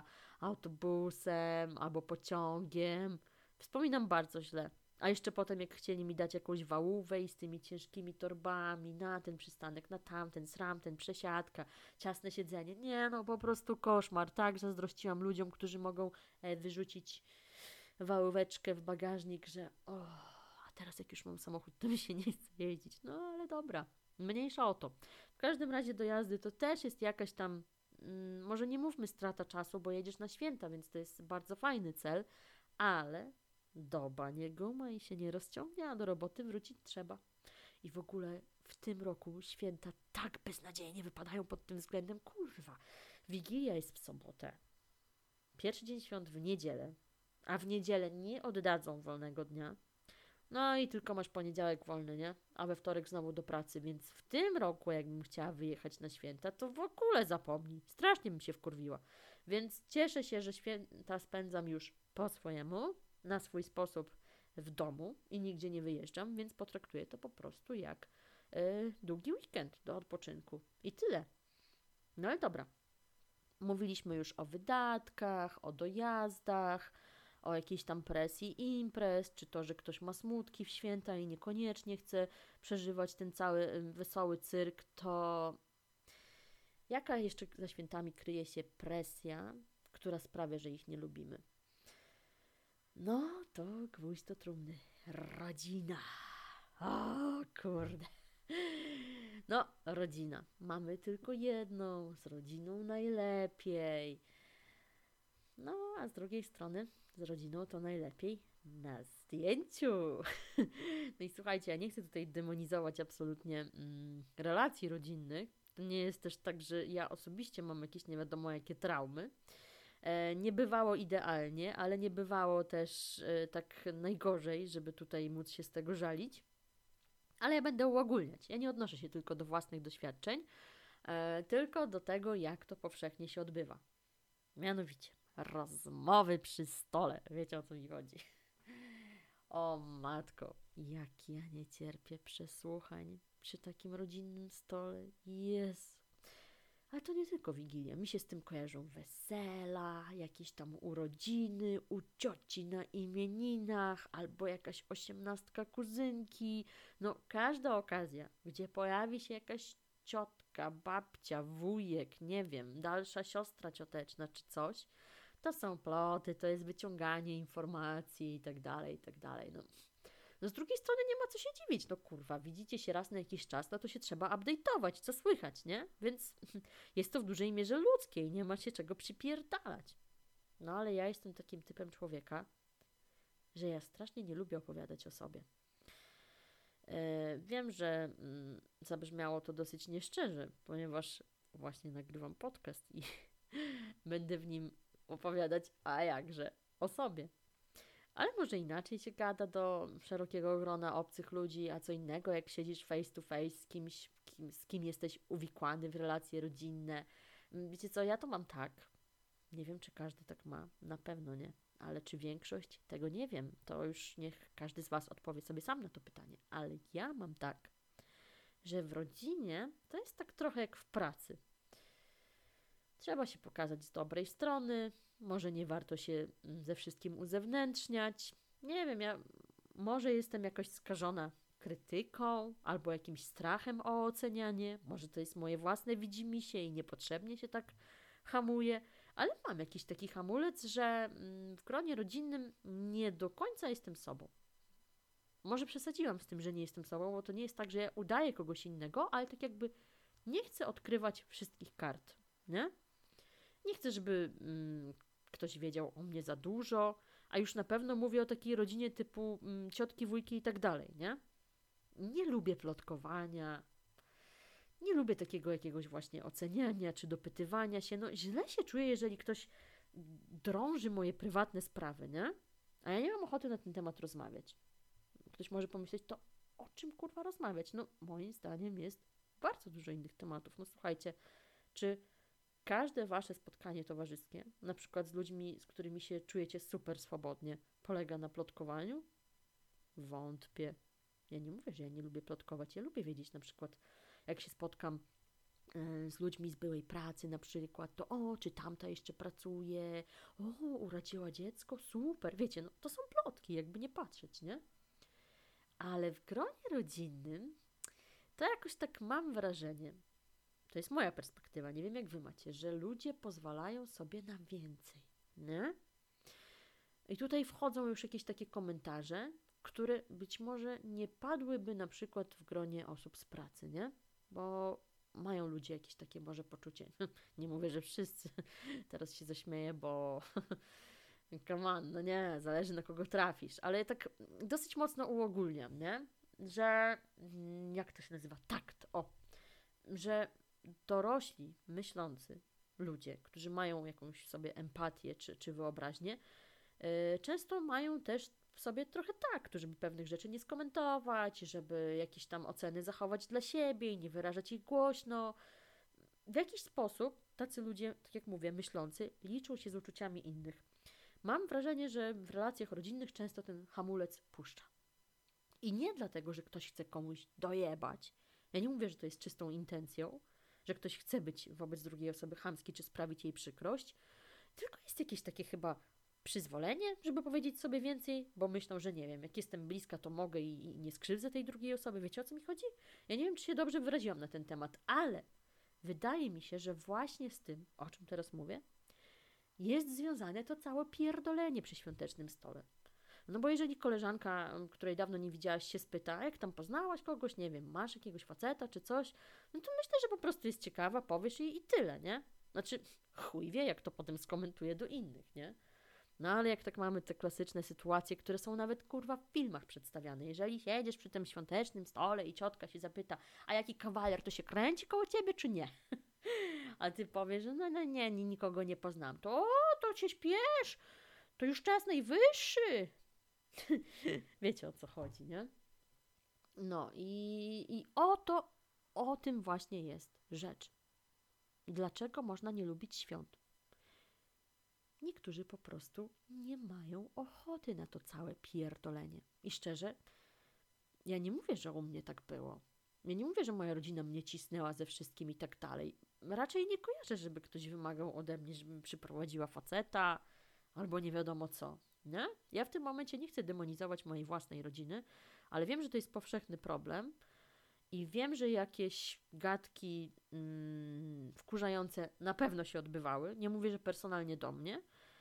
autobusem albo pociągiem, wspominam bardzo źle. A jeszcze potem, jak chcieli mi dać jakąś wałówę i z tymi ciężkimi torbami na ten przystanek, na tamten, sramten, przesiadka, ciasne siedzenie. Nie no, po prostu koszmar. Tak zazdrościłam ludziom, którzy mogą e, wyrzucić wałóweczkę w bagażnik, że o, a teraz jak już mam samochód, to mi się nie chce jeździć. No ale dobra, mniejsza o to. W każdym razie dojazdy to też jest jakaś tam mm, może nie mówmy strata czasu, bo jedziesz na święta, więc to jest bardzo fajny cel, ale doba nie guma i się nie rozciągnie, a do roboty wrócić trzeba. I w ogóle w tym roku święta tak beznadziejnie wypadają pod tym względem. Kurwa, Wigilia jest w sobotę. Pierwszy dzień świąt w niedzielę, a w niedzielę nie oddadzą wolnego dnia. No i tylko masz poniedziałek wolny, nie? A we wtorek znowu do pracy, więc w tym roku, jakbym chciała wyjechać na święta, to w ogóle zapomnij. Strasznie bym się wkurwiła. Więc cieszę się, że święta spędzam już po swojemu, na swój sposób w domu i nigdzie nie wyjeżdżam, więc potraktuję to po prostu jak yy, długi weekend do odpoczynku. I tyle. No ale dobra. Mówiliśmy już o wydatkach, o dojazdach, o jakiejś tam presji imprez, czy to, że ktoś ma smutki w święta i niekoniecznie chce przeżywać ten cały wesoły cyrk, to jaka jeszcze za świętami kryje się presja, która sprawia, że ich nie lubimy? No, to gwóźdź do trumny. Rodzina. O kurde. No, rodzina. Mamy tylko jedną, z rodziną najlepiej. No, a z drugiej strony z rodziną to najlepiej na zdjęciu. No i słuchajcie, ja nie chcę tutaj demonizować absolutnie mm, relacji rodzinnych. To nie jest też tak, że ja osobiście mam jakieś nie wiadomo jakie traumy. E, nie bywało idealnie, ale nie bywało też e, tak najgorzej, żeby tutaj móc się z tego żalić. Ale ja będę uogólniać. Ja nie odnoszę się tylko do własnych doświadczeń, e, tylko do tego, jak to powszechnie się odbywa. Mianowicie rozmowy przy stole. Wiecie, o co mi chodzi? O matko, jak ja nie cierpię przesłuchań przy takim rodzinnym stole. Jezu. Ale to nie tylko Wigilia. Mi się z tym kojarzą wesela, jakieś tam urodziny, u cioci na imieninach, albo jakaś osiemnastka kuzynki. No, każda okazja, gdzie pojawi się jakaś ciotka, babcia, wujek, nie wiem, dalsza siostra cioteczna czy coś, to są ploty, to jest wyciąganie informacji i tak dalej, i tak dalej. No. No z drugiej strony nie ma co się dziwić, no kurwa, widzicie się raz na jakiś czas, no to się trzeba update'ować, co słychać, nie? Więc jest to w dużej mierze ludzkie i nie ma się czego przypierdalać. No ale ja jestem takim typem człowieka, że ja strasznie nie lubię opowiadać o sobie. Yy, wiem, że mm, zabrzmiało to dosyć nieszczerze, ponieważ właśnie nagrywam podcast i będę w nim opowiadać, a jakże, o sobie. Ale może inaczej się gada do szerokiego grona obcych ludzi, a co innego, jak siedzisz face to face z kimś, kim, z kim jesteś uwikłany w relacje rodzinne. Wiecie co, ja to mam tak. Nie wiem, czy każdy tak ma. Na pewno nie. Ale czy większość? Tego nie wiem. To już niech każdy z Was odpowie sobie sam na to pytanie. Ale ja mam tak, że w rodzinie to jest tak trochę jak w pracy. Trzeba się pokazać z dobrej strony, może nie warto się ze wszystkim uzewnętrzniać. Nie wiem, ja może jestem jakoś skażona krytyką albo jakimś strachem o ocenianie. Może to jest moje własne widzimisię i niepotrzebnie się tak hamuję, ale mam jakiś taki hamulec, że w gronie rodzinnym nie do końca jestem sobą. Może przesadziłam z tym, że nie jestem sobą, bo to nie jest tak, że ja udaję kogoś innego, ale tak jakby nie chcę odkrywać wszystkich kart, nie? Nie chcę, żeby mm, ktoś wiedział o mnie za dużo, a już na pewno mówię o takiej rodzinie typu mm, ciotki, wujki i tak dalej, nie? Nie lubię plotkowania, nie lubię takiego jakiegoś właśnie oceniania czy dopytywania się. No źle się czuję, jeżeli ktoś drąży moje prywatne sprawy, nie? A ja nie mam ochoty na ten temat rozmawiać. Ktoś może pomyśleć, to o czym kurwa rozmawiać? No moim zdaniem jest bardzo dużo innych tematów. No słuchajcie, czy każde wasze spotkanie towarzyskie, na przykład z ludźmi, z którymi się czujecie super swobodnie, polega na plotkowaniu? Wątpię. Ja nie mówię, że ja nie lubię plotkować. Ja lubię wiedzieć na przykład, jak się spotkam y, z ludźmi z byłej pracy na przykład, to o, czy tamta jeszcze pracuje, o, urodziła dziecko, super. Wiecie, no to są plotki, jakby nie patrzeć, nie? Ale w gronie rodzinnym to jakoś tak mam wrażenie, to jest moja perspektywa, nie wiem jak wy macie, że ludzie pozwalają sobie na więcej, nie? I tutaj wchodzą już jakieś takie komentarze, które być może nie padłyby na przykład w gronie osób z pracy, nie? Bo mają ludzie jakieś takie może poczucie. Nie mówię, że wszyscy. Teraz się zaśmieję, bo come on, no nie, zależy na kogo trafisz. Ale tak dosyć mocno uogólniam, nie? Że, jak to się nazywa? Takt, o. Że dorośli, myślący ludzie, którzy mają jakąś w sobie empatię czy, czy wyobraźnię, yy, często mają też w sobie trochę taktu, żeby pewnych rzeczy nie skomentować, żeby jakieś tam oceny zachować dla siebie i nie wyrażać ich głośno. W jakiś sposób tacy ludzie, tak jak mówię, myślący, liczą się z uczuciami innych. Mam wrażenie, że w relacjach rodzinnych często ten hamulec puszcza. I nie dlatego, że ktoś chce komuś dojebać. Ja nie mówię, że to jest czystą intencją, że ktoś chce być wobec drugiej osoby chamski czy sprawić jej przykrość, tylko jest jakieś takie chyba przyzwolenie, żeby powiedzieć sobie więcej, bo myślą, że nie wiem, jak jestem bliska, to mogę i, i nie skrzywdzę tej drugiej osoby. Wiecie, o co mi chodzi? Ja nie wiem, czy się dobrze wyraziłam na ten temat, ale wydaje mi się, że właśnie z tym, o czym teraz mówię, jest związane to całe pierdolenie przy świątecznym stole. No bo jeżeli koleżanka, której dawno nie widziałaś, się spyta, jak tam poznałaś kogoś, nie wiem, masz jakiegoś faceta czy coś, no to myślę, że po prostu jest ciekawa, powiesz i, i tyle, nie? Znaczy, chuj wie, jak to potem skomentuje do innych, nie? No ale jak tak mamy te klasyczne sytuacje, które są nawet, kurwa, w filmach przedstawiane. Jeżeli siedzisz przy tym świątecznym stole i ciotka się zapyta, a jaki kawaler, to się kręci koło ciebie, czy nie? A ty powiesz, że no, no nie, nikogo nie poznam. To o, to się śpiesz, to już czas najwyższy. Wiecie, o co chodzi, nie? No i, i o to, o tym właśnie jest rzecz. Dlaczego można nie lubić świąt? Niektórzy po prostu nie mają ochoty na to całe pierdolenie. I szczerze, ja nie mówię, że u mnie tak było. Ja nie mówię, że moja rodzina mnie cisnęła ze wszystkim i tak dalej. Raczej nie kojarzę, żeby ktoś wymagał ode mnie, żebym przyprowadziła faceta albo nie wiadomo co. Nie? Ja w tym momencie nie chcę demonizować mojej własnej rodziny, ale wiem, że to jest powszechny problem i wiem, że jakieś gadki mm, wkurzające na pewno się odbywały. Nie mówię, że personalnie do mnie,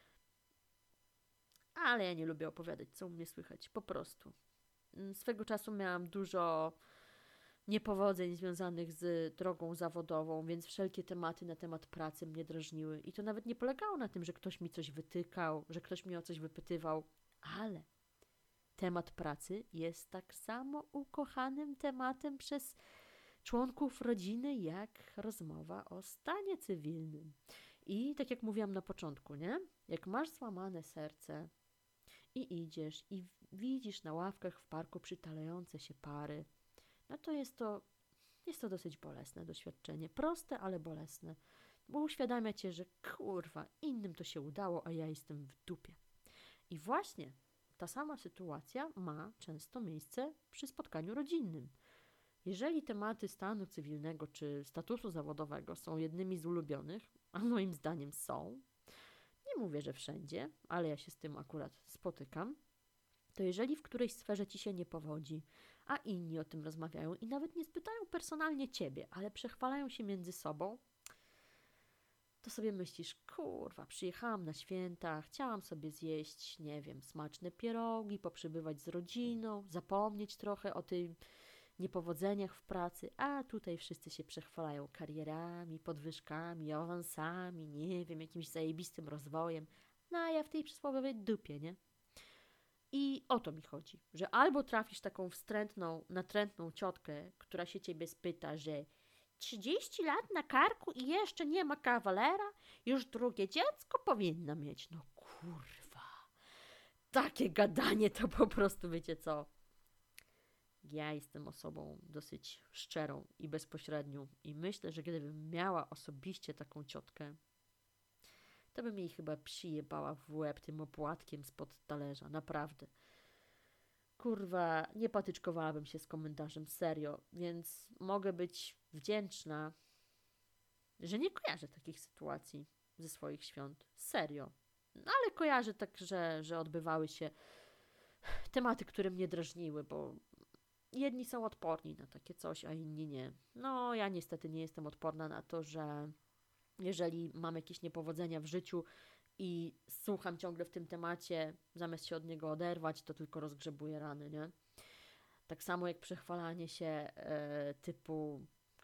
ale ja nie lubię opowiadać, co u mnie słychać. Po prostu. Swego czasu miałam dużo niepowodzeń związanych z drogą zawodową, więc wszelkie tematy na temat pracy mnie drażniły. I to nawet nie polegało na tym, że ktoś mi coś wytykał, że ktoś mi o coś wypytywał, ale temat pracy jest tak samo ukochanym tematem przez członków rodziny, jak rozmowa o stanie cywilnym. I tak jak mówiłam na początku, nie? Jak masz złamane serce i idziesz i widzisz na ławkach w parku przytalające się pary, no to jest to, jest to dosyć bolesne doświadczenie. Proste, ale bolesne. Bo uświadamia cię, że kurwa, innym to się udało, a ja jestem w dupie. I właśnie ta sama sytuacja ma często miejsce przy spotkaniu rodzinnym. Jeżeli tematy stanu cywilnego czy statusu zawodowego są jednymi z ulubionych, a moim zdaniem są, nie mówię, że wszędzie, ale ja się z tym akurat spotykam, to jeżeli w którejś sferze ci się nie powodzi, a inni o tym rozmawiają i nawet nie spytają personalnie ciebie, ale przechwalają się między sobą, to sobie myślisz, kurwa, przyjechałam na święta, chciałam sobie zjeść, nie wiem, smaczne pierogi, poprzebywać z rodziną, zapomnieć trochę o tych niepowodzeniach w pracy, a tutaj wszyscy się przechwalają karierami, podwyżkami, awansami, nie wiem, jakimś zajebistym rozwojem, no a ja w tej przysłowiowej dupie, nie? I o to mi chodzi, że albo trafisz taką wstrętną, natrętną ciotkę, która się ciebie spyta, że trzydzieści lat na karku i jeszcze nie ma kawalera, już drugie dziecko powinna mieć. No kurwa, takie gadanie to po prostu, wiecie co? Ja jestem osobą dosyć szczerą i bezpośrednią i myślę, że gdybym miała osobiście taką ciotkę, to bym jej chyba przyjebała w łeb tym opłatkiem spod talerza, naprawdę. Kurwa, nie patyczkowałabym się z komentarzem, serio, więc mogę być wdzięczna, że nie kojarzę takich sytuacji ze swoich świąt, serio. No, ale kojarzę tak, że, że odbywały się tematy, które mnie drażniły, bo jedni są odporni na takie coś, a inni nie. No, ja niestety nie jestem odporna na to, że jeżeli mam jakieś niepowodzenia w życiu i słucham ciągle w tym temacie, zamiast się od niego oderwać, to tylko rozgrzebuję rany, nie? Tak samo jak przechwalanie się e, typu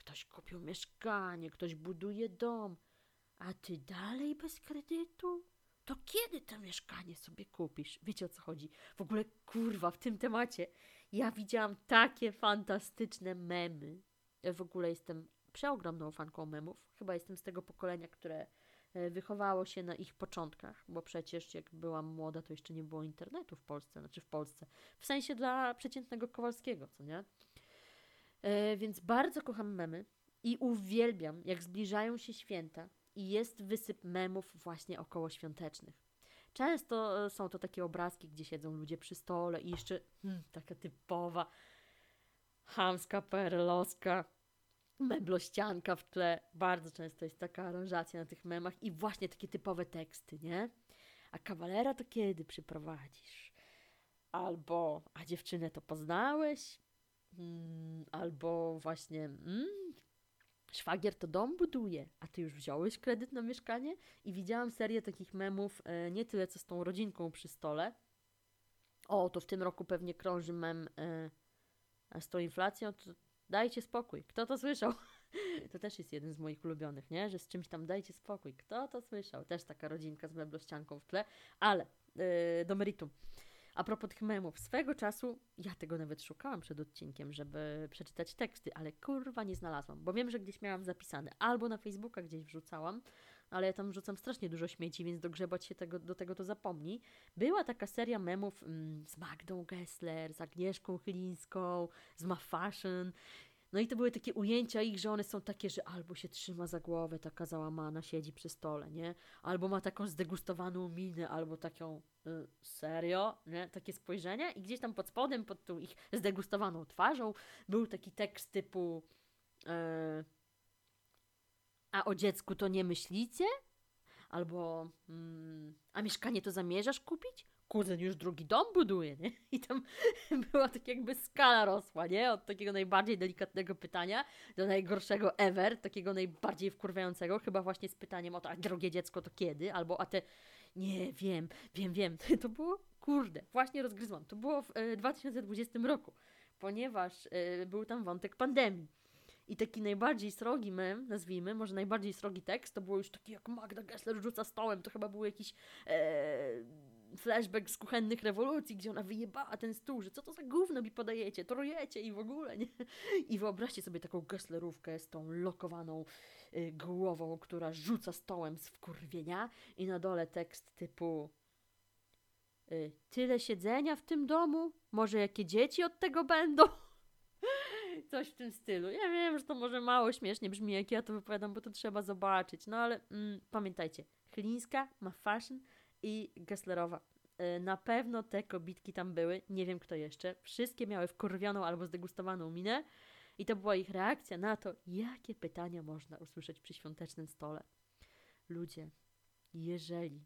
ktoś kupił mieszkanie, ktoś buduje dom, a ty dalej bez kredytu? To kiedy to mieszkanie sobie kupisz? Wiecie, o co chodzi? W ogóle, kurwa, w tym temacie ja widziałam takie fantastyczne memy. Ja w ogóle jestem przeogromną fanką memów. Chyba jestem z tego pokolenia, które e, wychowało się na ich początkach, bo przecież jak byłam młoda, to jeszcze nie było internetu w Polsce, znaczy w Polsce. W sensie dla przeciętnego Kowalskiego, co nie? E, więc bardzo kocham memy i uwielbiam, jak zbliżają się święta i jest wysyp memów właśnie okołoświątecznych. Często e, są to takie obrazki, gdzie siedzą ludzie przy stole i jeszcze hmm, taka typowa chamska, perelowska meblościanka w tle. Bardzo często jest taka aranżacja na tych memach i właśnie takie typowe teksty, nie? A kawalera to kiedy przyprowadzisz? Albo, a dziewczynę to poznałeś? Hmm, albo właśnie, mm, szwagier to dom buduje, a ty już wziąłeś kredyt na mieszkanie? I widziałam serię takich memów, e, nie tyle co z tą rodzinką przy stole. O, to w tym roku pewnie krąży mem e, a z tą inflacją, to dajcie spokój. Kto to słyszał? To też jest jeden z moich ulubionych, nie? Że z czymś tam dajcie spokój. Kto to słyszał? Też taka rodzinka z meblościanką w tle. Ale yy, do meritum. A propos tych memów, swego czasu ja tego nawet szukałam przed odcinkiem, żeby przeczytać teksty, ale kurwa nie znalazłam, bo wiem, że gdzieś miałam zapisane, albo na Facebooka gdzieś wrzucałam, ale ja tam wrzucam strasznie dużo śmieci, więc dogrzebać się tego, do tego to zapomnij. Była taka seria memów mm, z Magdą Gessler, z Agnieszką Chylińską, z Ma Fashion. No i to były takie ujęcia ich, że one są takie, że albo się trzyma za głowę, taka załamana, siedzi przy stole, nie? Albo ma taką zdegustowaną minę, albo taką y, serio, nie? Takie spojrzenie i gdzieś tam pod spodem, pod tą ich zdegustowaną twarzą był taki tekst typu y, a o dziecku to nie myślicie? Albo mm, a mieszkanie to zamierzasz kupić? Kuzyn już drugi dom buduje, nie? I tam była tak jakby skala rosła, nie? Od takiego najbardziej delikatnego pytania do najgorszego ever, takiego najbardziej wkurwiającego, chyba właśnie z pytaniem o to, a drogie dziecko to kiedy? Albo a te, nie wiem, wiem, wiem. To było, kurde, właśnie rozgryzłam. To było w y, dwa tysiące dwudziestym roku, ponieważ y, był tam wątek pandemii. I taki najbardziej srogi mem, nazwijmy, może najbardziej srogi tekst, to było już taki jak Magda Gessler rzuca stołem, to chyba był jakiś e, flashback z kuchennych rewolucji, gdzie ona wyjebała ten stół, że co to za gówno mi podajecie, torujecie i w ogóle, nie? I wyobraźcie sobie taką Gesslerówkę z tą lokowaną y, głową, która rzuca stołem z wkurwienia i na dole tekst typu y, tyle siedzenia w tym domu? Może jakie dzieci od tego będą? Coś w tym stylu. Ja wiem, że to może mało śmiesznie brzmi, jak ja to wypowiadam, bo to trzeba zobaczyć. No ale mm, pamiętajcie, Chylińska, Ma Fashion i Gesslerowa. Yy, na pewno te kobitki tam były. Nie wiem kto jeszcze. Wszystkie miały wkurwioną albo zdegustowaną minę. I to była ich reakcja na to, jakie pytania można usłyszeć przy świątecznym stole. Ludzie, jeżeli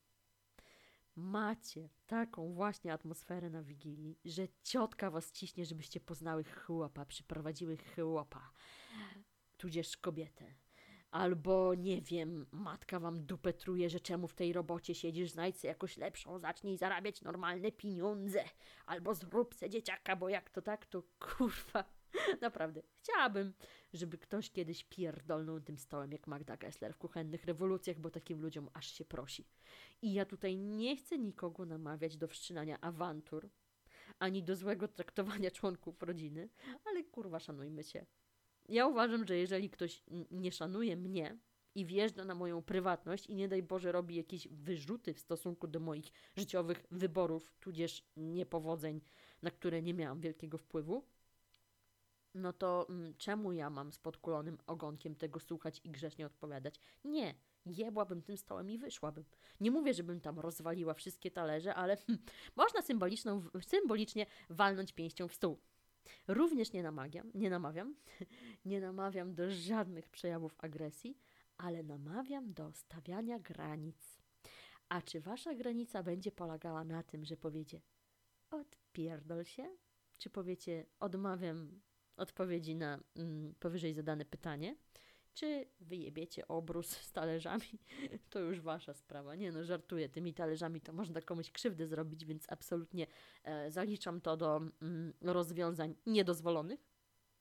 macie taką właśnie atmosferę na Wigilii, że ciotka was ciśnie, żebyście poznały chłopa, przyprowadziły chłopa, tudzież kobietę. Albo, nie wiem, matka wam dupę truje, że czemu w tej robocie siedzisz, znajdź sobie jakoś lepszą, zacznij zarabiać normalne pieniądze. Albo zrób se dzieciaka, bo jak to tak, to kurwa. Naprawdę, chciałabym, żeby ktoś kiedyś pierdolnął tym stołem jak Magda Gessler w kuchennych rewolucjach, bo takim ludziom aż się prosi. I ja tutaj nie chcę nikogo namawiać do wszczynania awantur, ani do złego traktowania członków rodziny, ale kurwa szanujmy się. Ja uważam, że jeżeli ktoś n- nie szanuje mnie i wjeżdża na moją prywatność i nie daj Boże robi jakieś wyrzuty w stosunku do moich życiowych wyborów, tudzież niepowodzeń, na które nie miałam wielkiego wpływu, no to mm, czemu ja mam z podkulonym ogonkiem tego słuchać i grzecznie odpowiadać? Nie, jebłabym tym stołem i wyszłabym. Nie mówię, żebym tam rozwaliła wszystkie talerze, ale hm, można symboliczną, symbolicznie walnąć pięścią w stół. Również nie namawiam, nie namawiam, nie namawiam do żadnych przejawów agresji, ale namawiam do stawiania granic. A czy wasza granica będzie polegała na tym, że powiecie odpierdol się? Czy powiecie odmawiam odpowiedzi na mm, powyżej zadane pytanie? Czy wyjebiecie obrus z talerzami? To już wasza sprawa. Nie no, żartuję. Tymi talerzami to można komuś krzywdę zrobić, więc absolutnie e, zaliczam to do mm, rozwiązań niedozwolonych.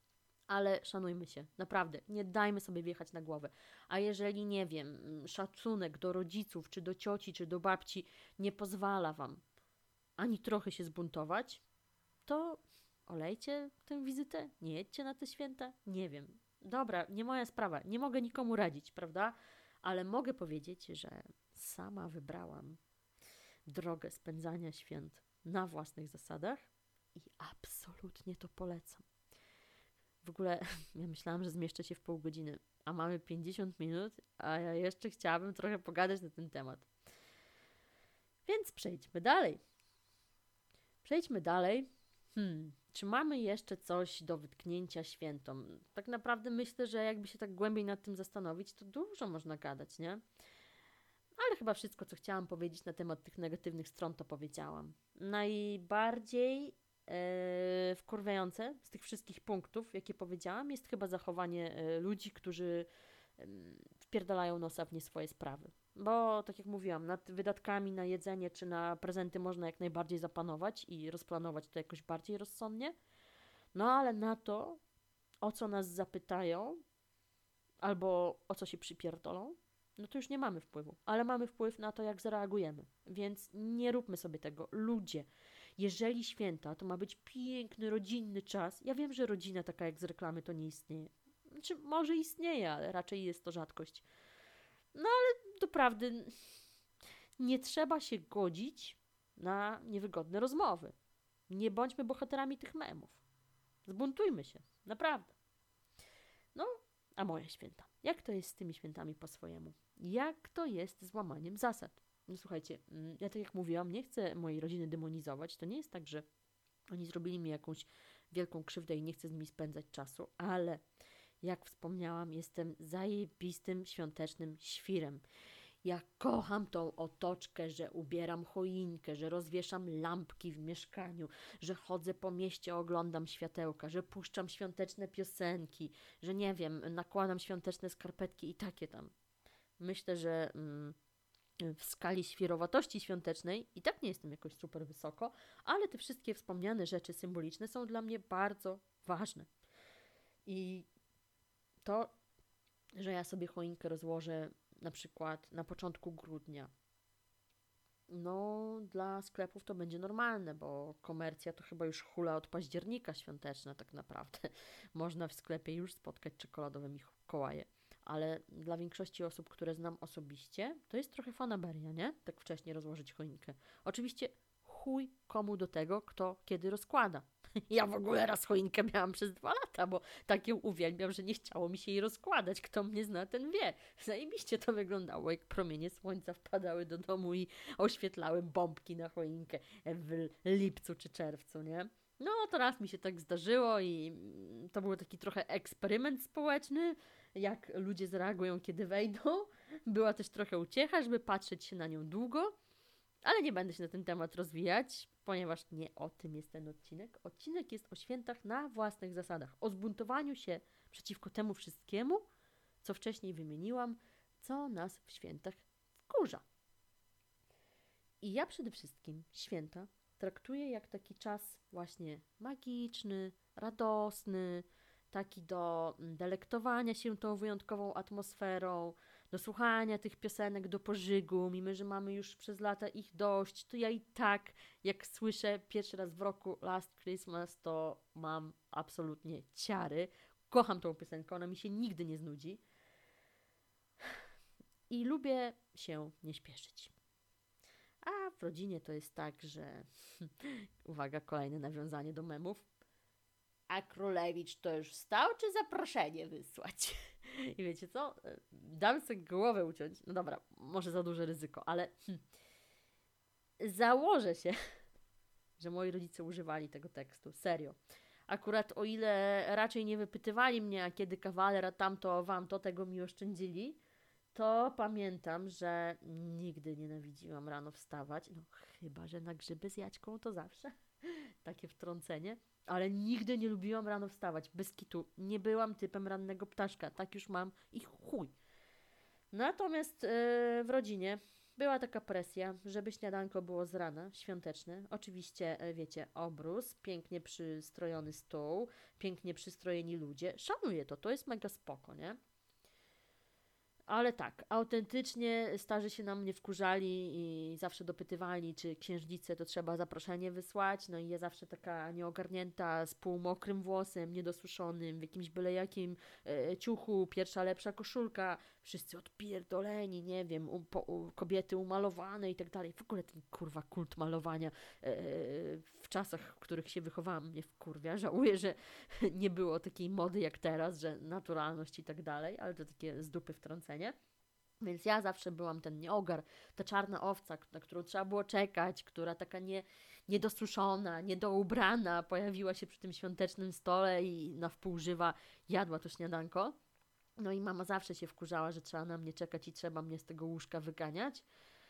Ale szanujmy się, naprawdę, nie dajmy sobie wjechać na głowę. A jeżeli, nie wiem, szacunek do rodziców, czy do cioci, czy do babci nie pozwala Wam ani trochę się zbuntować, to olejcie tę wizytę, nie jedźcie na te święta, nie wiem. Dobra, nie moja sprawa, nie mogę nikomu radzić, prawda? Ale mogę powiedzieć, że sama wybrałam drogę spędzania świąt na własnych zasadach i absolutnie to polecam. W ogóle ja myślałam, że zmieszczę się w pół godziny, a mamy pięćdziesiąt minut, a ja jeszcze chciałabym trochę pogadać na ten temat. Więc przejdźmy dalej. Przejdźmy dalej. Hmm, czy mamy jeszcze coś do wytknięcia świętom? Tak naprawdę myślę, że jakby się tak głębiej nad tym zastanowić, to dużo można gadać, nie? Ale chyba wszystko, co chciałam powiedzieć na temat tych negatywnych stron, to powiedziałam. Najbardziej e, wkurwiające z tych wszystkich punktów, jakie powiedziałam, jest chyba zachowanie e, ludzi, którzy e, wpierdalają nosa w nie swoje sprawy. Bo, tak jak mówiłam, nad wydatkami na jedzenie czy na prezenty można jak najbardziej zapanować i rozplanować to jakoś bardziej rozsądnie. No ale na to, o co nas zapytają, albo o co się przypierdolą, no to już nie mamy wpływu, ale mamy wpływ na to, jak zareagujemy. Więc nie róbmy sobie tego. Ludzie, jeżeli święta, to ma być piękny, rodzinny czas. Ja wiem, że rodzina taka jak z reklamy to nie istnieje. Znaczy, może istnieje, ale raczej jest to rzadkość. No ale doprawdy nie trzeba się godzić na niewygodne rozmowy. Nie bądźmy bohaterami tych memów. Zbuntujmy się. Naprawdę. No, a moje święta. Jak to jest z tymi świętami po swojemu? Jak to jest z łamaniem zasad? No słuchajcie, ja tak jak mówiłam, nie chcę mojej rodziny demonizować. To nie jest tak, że oni zrobili mi jakąś wielką krzywdę i nie chcę z nimi spędzać czasu, ale jak wspomniałam, jestem zajebistym świątecznym świrem. Ja kocham tą otoczkę, że ubieram choinkę, że rozwieszam lampki w mieszkaniu, że chodzę po mieście, oglądam światełka, że puszczam świąteczne piosenki, że nie wiem, nakładam świąteczne skarpetki i takie tam. Myślę, że mm, w skali świerowatości świątecznej i tak nie jestem jakoś super wysoko, ale te wszystkie wspomniane rzeczy symboliczne są dla mnie bardzo ważne. I to, że ja sobie choinkę rozłożę na przykład na początku grudnia, no dla sklepów to będzie normalne, bo komercja to chyba już hula od października świąteczna tak naprawdę. Można w sklepie już spotkać czekoladowe Mikołaje. Ale dla większości osób, które znam osobiście, to jest trochę fanaberia, nie? Tak wcześnie rozłożyć choinkę. Oczywiście chuj komu do tego, kto kiedy rozkłada. Ja w ogóle raz choinkę miałam przez dwa lata, bo tak ją uwielbiam, że nie chciało mi się jej rozkładać. Kto mnie zna, ten wie. Zajebiście to wyglądało, jak promienie słońca wpadały do domu i oświetlały bombki na choinkę w lipcu czy czerwcu, nie? No to raz mi się tak zdarzyło i to był taki trochę eksperyment społeczny, jak ludzie zareagują, kiedy wejdą. Była też trochę uciecha, żeby patrzeć się na nią długo, ale nie będę się na ten temat rozwijać, ponieważ nie o tym jest ten odcinek. Odcinek jest o świętach na własnych zasadach, o zbuntowaniu się przeciwko temu wszystkiemu, co wcześniej wymieniłam, co nas w świętach wkurza. I ja przede wszystkim święta traktuję jak taki czas właśnie magiczny, radosny, taki do delektowania się tą wyjątkową atmosferą, do słuchania tych piosenek do pożygu, mimo że mamy już przez lata ich dość, to ja i tak, jak słyszę pierwszy raz w roku Last Christmas, to mam absolutnie ciary. Kocham tą piosenkę, ona mi się nigdy nie znudzi. I lubię się nie śpieszyć. A w rodzinie to jest tak, że uwaga, kolejne nawiązanie do memów. A królewicz to już stał, czy zaproszenie wysłać? I wiecie co? Dam sobie głowę uciąć. No dobra, może za duże ryzyko, ale hm, założę się, że moi rodzice używali tego tekstu. Serio. Akurat o ile raczej nie wypytywali mnie, a kiedy kawaler, a tamto, wam to, tego mi oszczędzili, to pamiętam, że nigdy nienawidziłam rano wstawać. No chyba, że na grzyby z Jaćką to zawsze. Takie wtrącenie. Ale nigdy nie lubiłam rano wstawać. Bez kitu. Nie byłam typem rannego ptaszka. Tak już mam i chuj. Natomiast yy, w rodzinie była taka presja, żeby śniadanko było z rana, świąteczne. Oczywiście, e, wiecie, obrus, pięknie przystrojony stół, pięknie przystrojeni ludzie. Szanuję to, to jest mega spoko, nie? Ale tak, autentycznie starzy się na mnie wkurzali i zawsze dopytywali, czy księżniczce to trzeba zaproszenie wysłać. No i ja zawsze taka nieogarnięta, z półmokrym włosem, niedosuszonym, w jakimś byle jakim e, ciuchu, pierwsza lepsza koszulka, wszyscy odpierdoleni, nie wiem, u, po, u, kobiety umalowane i tak dalej. W ogóle ten kurwa kult malowania e, w czasach, w których się wychowałam, mnie wkurwia. Żałuję, że nie było takiej mody jak teraz, że naturalność i tak dalej, ale to takie z dupy wtrącenie. Więc ja zawsze byłam ten nieogar, ta czarna owca, na którą trzeba było czekać, która taka nie, niedosuszona, niedoubrana pojawiła się przy tym świątecznym stole i na wpół żywa jadła to śniadanko. No i mama zawsze się wkurzała, że trzeba na mnie czekać i trzeba mnie z tego łóżka wyganiać.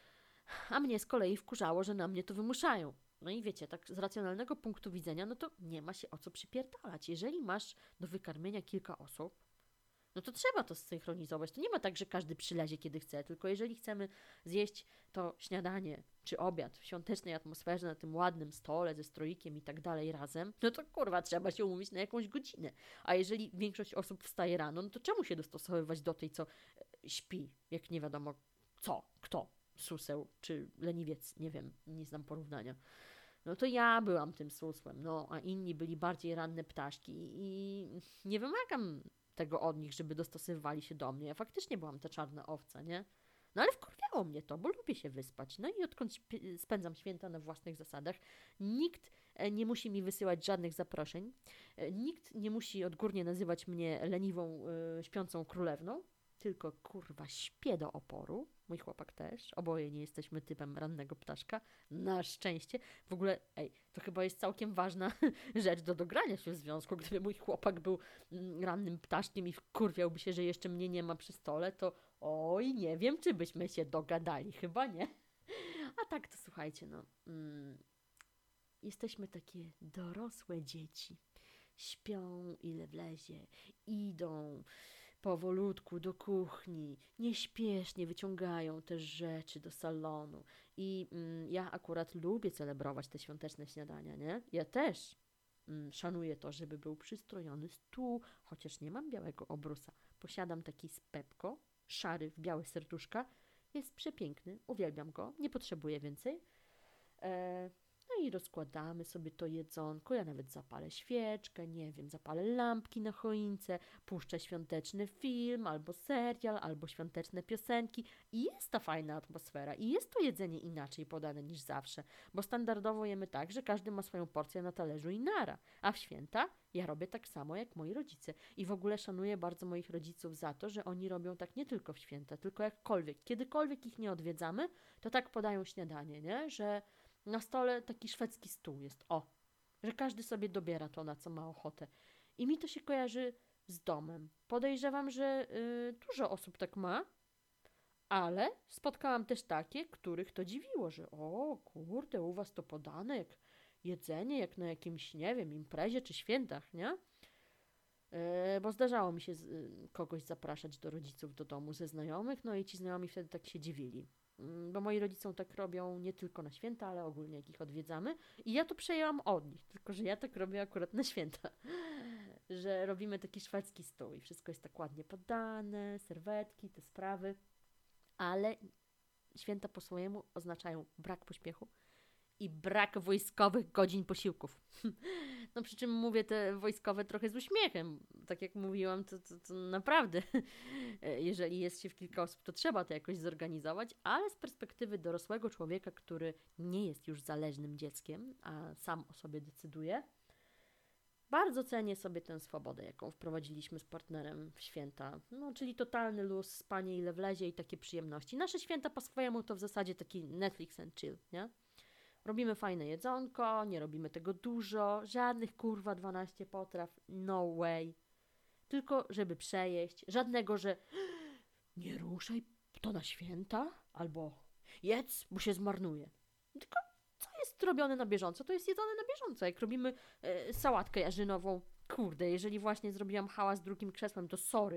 A mnie z kolei wkurzało, że na mnie to wymuszają. No i wiecie, tak z racjonalnego punktu widzenia, no to nie ma się o co przypierdalać. Jeżeli masz do wykarmienia kilka osób, no to trzeba to zsynchronizować. To nie ma tak, że każdy przylezie kiedy chce, tylko jeżeli chcemy zjeść to śniadanie czy obiad w świątecznej atmosferze na tym ładnym stole ze stroikiem i tak dalej razem, no to kurwa trzeba się umówić na jakąś godzinę. A jeżeli większość osób wstaje rano, no to czemu się dostosowywać do tej, co e, śpi, jak nie wiadomo co, kto, suseł czy leniwiec, nie wiem, nie znam porównania. No to ja byłam tym susłem, no a inni byli bardziej ranne ptaszki i nie wymagam tego od nich, żeby dostosowywali się do mnie. Ja faktycznie byłam ta czarna owca, nie? No ale wkurwiało mnie to, bo lubię się wyspać. No i odkąd śpi- spędzam święta na własnych zasadach, nikt e, nie musi mi wysyłać żadnych zaproszeń, e, nikt nie musi odgórnie nazywać mnie leniwą, e, śpiącą królewną, tylko kurwa śpię do oporu. Mój chłopak też. Oboje nie jesteśmy typem rannego ptaszka. Na szczęście. W ogóle, ej, to chyba jest całkiem ważna rzecz do dogrania się w związku. Gdyby mój chłopak był mm, rannym ptaszkiem i wkurwiałby się, że jeszcze mnie nie ma przy stole, to oj, nie wiem, czy byśmy się dogadali. Chyba nie. A tak to słuchajcie, no. Mm, jesteśmy takie dorosłe dzieci. Śpią ile wlezie. Idą powolutku do kuchni, nieśpiesznie wyciągają te rzeczy do salonu. I mm, ja akurat lubię celebrować te świąteczne śniadania, nie? Ja też mm, szanuję to, żeby był przystrojony stół, chociaż nie mam białego obrusa. Posiadam taki z Pepko, szary w białe serduszka. Jest przepiękny, uwielbiam go, nie potrzebuję więcej. E, no i rozkładamy sobie to jedzonko. Ja nawet zapalę świeczkę, nie wiem, zapalę lampki na choince, puszczę świąteczny film, albo serial, albo świąteczne piosenki. I jest ta fajna atmosfera. I jest to jedzenie inaczej podane niż zawsze. Bo standardowo jemy tak, że każdy ma swoją porcję na talerzu i nara. A w święta ja robię tak samo jak moi rodzice. I w ogóle szanuję bardzo moich rodziców za to, że oni robią tak nie tylko w święta, tylko jakkolwiek. Kiedykolwiek ich nie odwiedzamy, to tak podają śniadanie, nie? Że na stole taki szwedzki stół jest, o, że każdy sobie dobiera to, na co ma ochotę. I mi to się kojarzy z domem. Podejrzewam, że y, dużo osób tak ma, ale spotkałam też takie, których to dziwiło, że o kurde, u was to podane jak jedzenie, jak na jakimś, nie wiem, imprezie czy świętach, nie? E, bo zdarzało mi się z, y, kogoś zapraszać do rodziców do domu ze znajomych, no i ci znajomi wtedy tak się dziwili. Mm, Bo moi rodzice tak robią nie tylko na święta, ale ogólnie jak ich odwiedzamy. I ja to przejęłam od nich, tylko że ja tak robię akurat na święta. Że robimy taki szwedzki stół i wszystko jest tak ładnie podane, serwetki, te sprawy. Ale święta po swojemu oznaczają brak pośpiechu i brak wojskowych godzin posiłków. No przy czym mówię te wojskowe trochę z uśmiechem. Tak jak mówiłam, to, to, to naprawdę, jeżeli jest się w kilka osób, to trzeba to jakoś zorganizować, ale z perspektywy dorosłego człowieka, który nie jest już zależnym dzieckiem, a sam o sobie decyduje, bardzo cenię sobie tę swobodę, jaką wprowadziliśmy z partnerem w święta. No, czyli totalny luz, spanie ile wlezie i takie przyjemności. Nasze święta po swojemu to w zasadzie taki Netflix and chill, nie? Robimy fajne jedzonko, nie robimy tego dużo, żadnych kurwa dwanaście potraw, no way. Tylko żeby przejeść, żadnego, że nie ruszaj, to na święta, albo jedz, bo się zmarnuje. Tylko co jest robione na bieżąco, to jest jedzone na bieżąco. Jak robimy e, sałatkę jarzynową, kurde, jeżeli właśnie zrobiłam hałas z drugim krzesłem, to sorry,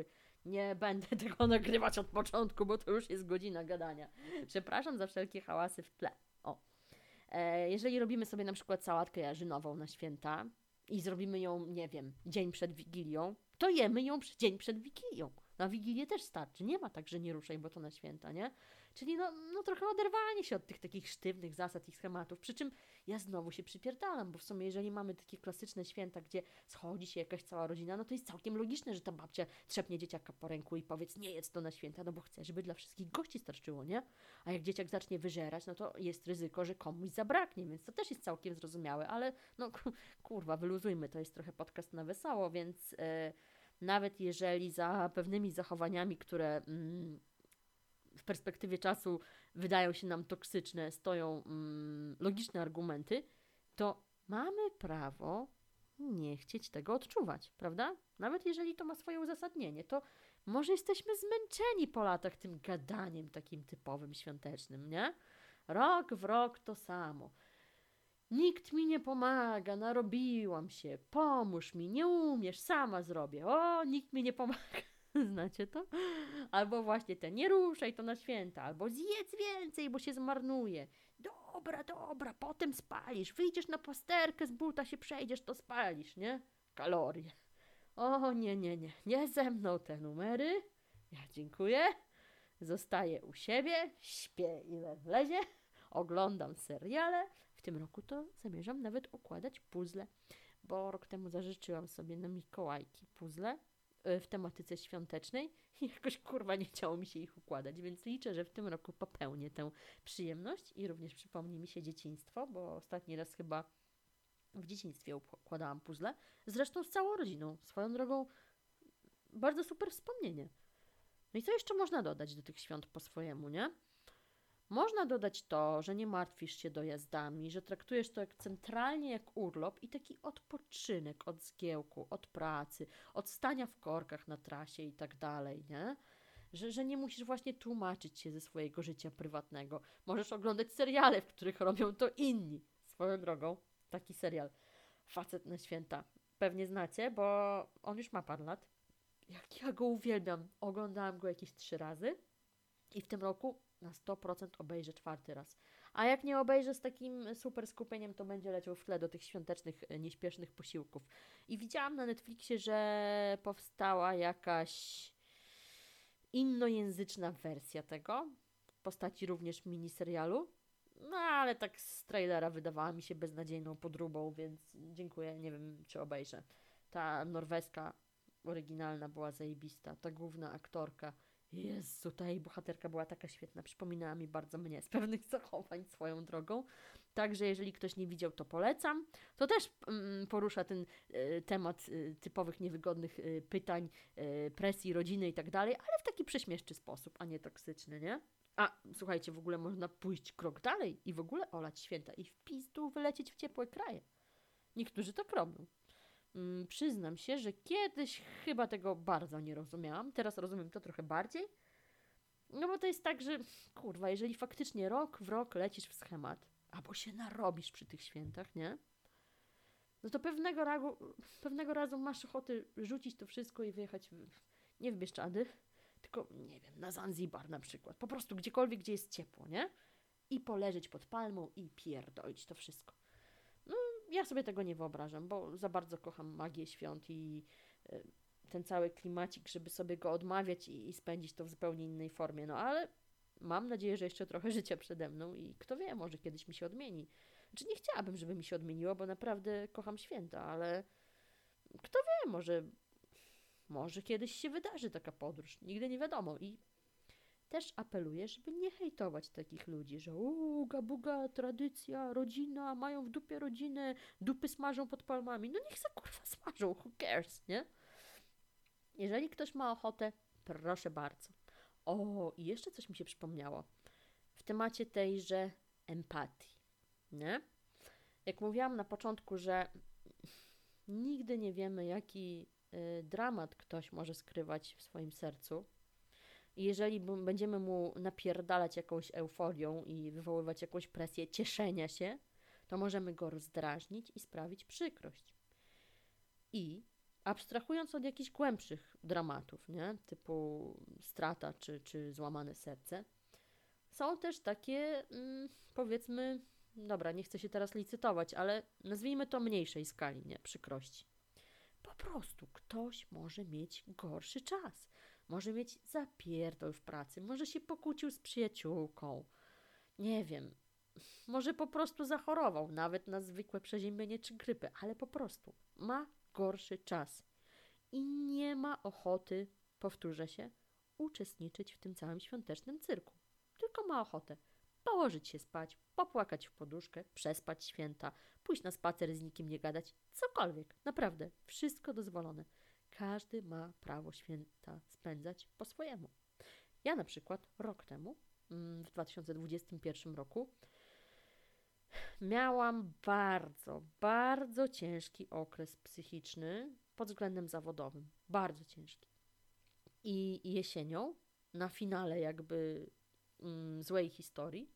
Nie będę tego nagrywać od początku, bo to już jest godzina gadania. Przepraszam za wszelkie hałasy w tle. O. E, jeżeli robimy sobie na przykład sałatkę jarzynową na święta i zrobimy ją, nie wiem, dzień przed Wigilią, to jemy ją przy- dzień przed Wigilią. Na Wigilię też starczy. Nie ma tak, że nie ruszaj, bo to na święta, nie? Czyli no, no trochę oderwanie się od tych takich sztywnych zasad i schematów. Przy czym ja znowu się przypierdalam, bo w sumie jeżeli mamy takie klasyczne święta, gdzie schodzi się jakaś cała rodzina, no to jest całkiem logiczne, że ta babcia trzepnie dzieciaka po ręku i powiedz, nie jedz to na święta, no bo chce, żeby dla wszystkich gości starczyło, nie? A jak dzieciak zacznie wyżerać, no to jest ryzyko, że komuś zabraknie, więc to też jest całkiem zrozumiałe, ale no kurwa, wyluzujmy, to jest trochę podcast na wesoło, więc e, nawet jeżeli za pewnymi zachowaniami, które mm, w perspektywie czasu wydają się nam toksyczne, stoją mm, logiczne argumenty, to mamy prawo nie chcieć tego odczuwać, prawda? Nawet jeżeli to ma swoje uzasadnienie, to może jesteśmy zmęczeni po latach tym gadaniem takim typowym świątecznym, nie? Rok w rok to samo. Nikt mi nie pomaga, narobiłam się, pomóż mi, nie umiesz, sama zrobię. O, nikt mi nie pomaga. Znacie to? Albo właśnie te, nie ruszaj to na święta, albo zjedz więcej, bo się zmarnuje. Dobra, dobra, potem spalisz, wyjdziesz na pasterkę, z buta się przejdziesz, to spalisz, nie? Kalorie. O, nie, nie, nie, nie ze mną te numery. Ja dziękuję. Zostaję u siebie, śpię ile wlezie, oglądam seriale. W tym roku to zamierzam nawet układać puzzle, bo rok temu zażyczyłam sobie na Mikołajki puzzle w tematyce świątecznej i jakoś kurwa nie chciało mi się ich układać, więc liczę, że w tym roku popełnię tę przyjemność i również przypomni mi się dzieciństwo, bo ostatni raz chyba w dzieciństwie układałam puzzle, zresztą z całą rodziną, swoją drogą bardzo super wspomnienie. No i co jeszcze można dodać do tych świąt po swojemu, nie? Można dodać to, że nie martwisz się dojazdami, że traktujesz to jak centralnie jak urlop i taki odpoczynek od zgiełku, od pracy, od stania w korkach na trasie i tak dalej, nie? Że, że nie musisz właśnie tłumaczyć się ze swojego życia prywatnego. Możesz oglądać seriale, w których robią to inni. Swoją drogą, taki serial Facet na święta. Pewnie znacie, bo on już ma parę lat. Jak ja go uwielbiam. Oglądałam go jakieś trzy razy i w tym roku na sto procent obejrzę czwarty raz. A jak nie obejrzę z takim super skupieniem, to będzie leciał w tle do tych świątecznych, nieśpiesznych posiłków. I widziałam na Netflixie, że powstała jakaś innojęzyczna wersja tego, w postaci również miniserialu. No ale tak z trailera wydawała mi się beznadziejną podróbą, więc dziękuję, nie wiem czy obejrzę. Ta norweska oryginalna była zajebista, ta główna aktorka. Jezu, ta jej bohaterka była taka świetna, przypominała mi bardzo mnie z pewnych zachowań swoją drogą. Także jeżeli ktoś nie widział, to polecam. To też mm, porusza ten y, temat y, typowych niewygodnych y, pytań, y, presji rodziny i tak dalej, ale w taki prześmieszczy sposób, a nie toksyczny, nie? A, słuchajcie, w ogóle można pójść krok dalej i w ogóle olać święta i w pizdu wylecieć w ciepłe kraje. Niektórzy tak robią. Mm, przyznam się, że kiedyś chyba tego bardzo nie rozumiałam. Teraz rozumiem to trochę bardziej. No bo to jest tak, że kurwa, jeżeli faktycznie rok w rok lecisz w schemat, albo się narobisz przy tych świętach, nie? No to pewnego, ragu, pewnego razu masz ochotę rzucić to wszystko i wyjechać w, nie w Bieszczady, tylko, nie wiem, na Zanzibar na przykład. Po prostu gdziekolwiek, gdzie jest ciepło, nie? I poleżeć pod palmą i pierdolić to wszystko. No, ja sobie tego nie wyobrażam, bo za bardzo kocham magię świąt i y, ten cały klimacik, żeby sobie go odmawiać i, i spędzić to w zupełnie innej formie. No, ale mam nadzieję, że jeszcze trochę życia przede mną i kto wie, może kiedyś mi się odmieni. Znaczy, nie chciałabym, żeby mi się odmieniło, bo naprawdę kocham święta, ale kto wie, może Może kiedyś się wydarzy taka podróż, nigdy nie wiadomo. I też apeluję, żeby nie hejtować takich ludzi, że uga buga, tradycja, rodzina, mają w dupie rodzinę, dupy smażą pod palmami. No niech se kurwa smażą, who cares, nie? Jeżeli ktoś ma ochotę, proszę bardzo. O, i jeszcze coś mi się przypomniało. W temacie tejże empatii, nie? Jak mówiłam na początku, że nigdy nie wiemy, jaki dramat ktoś może skrywać w swoim sercu. I jeżeli będziemy mu napierdalać jakąś euforią i wywoływać jakąś presję cieszenia się, to możemy go rozdrażnić i sprawić przykrość. I abstrahując od jakichś głębszych dramatów, nie? Typu strata czy, czy złamane serce, są też takie, mm, powiedzmy, dobra, nie chcę się teraz licytować, ale nazwijmy to mniejszej skali, nie? Przykrości. Po prostu ktoś może mieć gorszy czas. Może mieć zapierdol w pracy, może się pokłócił z przyjaciółką, nie wiem, może po prostu zachorował, nawet na zwykłe przeziębienie czy grypę, ale po prostu ma gorszy czas i nie ma ochoty, powtórzę się, uczestniczyć w tym całym świątecznym cyrku. Tylko ma ochotę położyć się spać, popłakać w poduszkę, przespać święta, pójść na spacer, z nikim nie gadać, cokolwiek, naprawdę, wszystko dozwolone. Każdy ma prawo święta spędzać po swojemu. Ja na przykład rok temu, w dwa tysiące dwudziestym pierwszym roku, miałam bardzo, bardzo ciężki okres psychiczny pod względem zawodowym. Bardzo ciężki. I jesienią, na finale jakby mm, złej historii,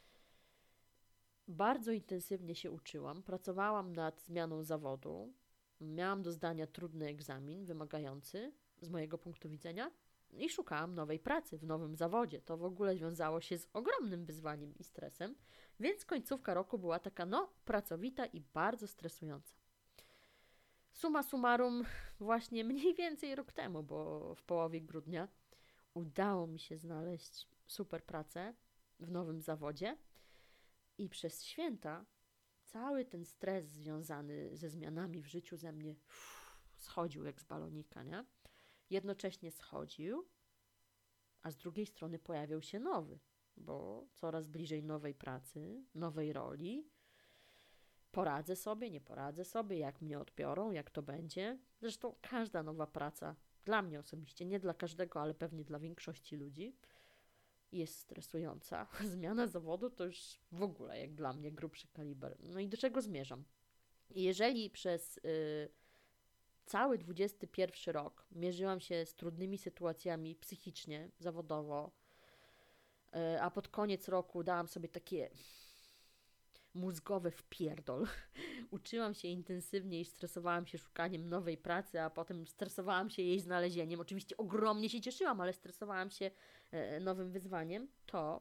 bardzo intensywnie się uczyłam, pracowałam nad zmianą zawodu, miałam do zdania trudny egzamin, wymagający z mojego punktu widzenia i szukałam nowej pracy w nowym zawodzie. To w ogóle wiązało się z ogromnym wyzwaniem i stresem, więc końcówka roku była taka, no, pracowita i bardzo stresująca. Summa summarum, właśnie mniej więcej rok temu, bo w połowie grudnia udało mi się znaleźć super pracę w nowym zawodzie i przez święta cały ten stres związany ze zmianami w życiu ze mnie uff, schodził jak z balonika, nie? Jednocześnie schodził, a z drugiej strony pojawiał się nowy, bo coraz bliżej nowej pracy, nowej roli. Poradzę sobie, nie poradzę sobie, jak mnie odbiorą, jak to będzie. Zresztą każda nowa praca, dla mnie osobiście, nie dla każdego, ale pewnie dla większości ludzi, jest stresująca. Zmiana zawodu to już w ogóle, jak dla mnie, grubszy kaliber. No i do czego zmierzam? Jeżeli przez y, cały dwudziesty pierwszy rok mierzyłam się z trudnymi sytuacjami psychicznie, zawodowo, y, a pod koniec roku dałam sobie takie mózgowe wpierdol. Uczyłam się intensywnie i stresowałam się szukaniem nowej pracy, a potem stresowałam się jej znalezieniem. Oczywiście ogromnie się cieszyłam, ale stresowałam się e, nowym wyzwaniem. To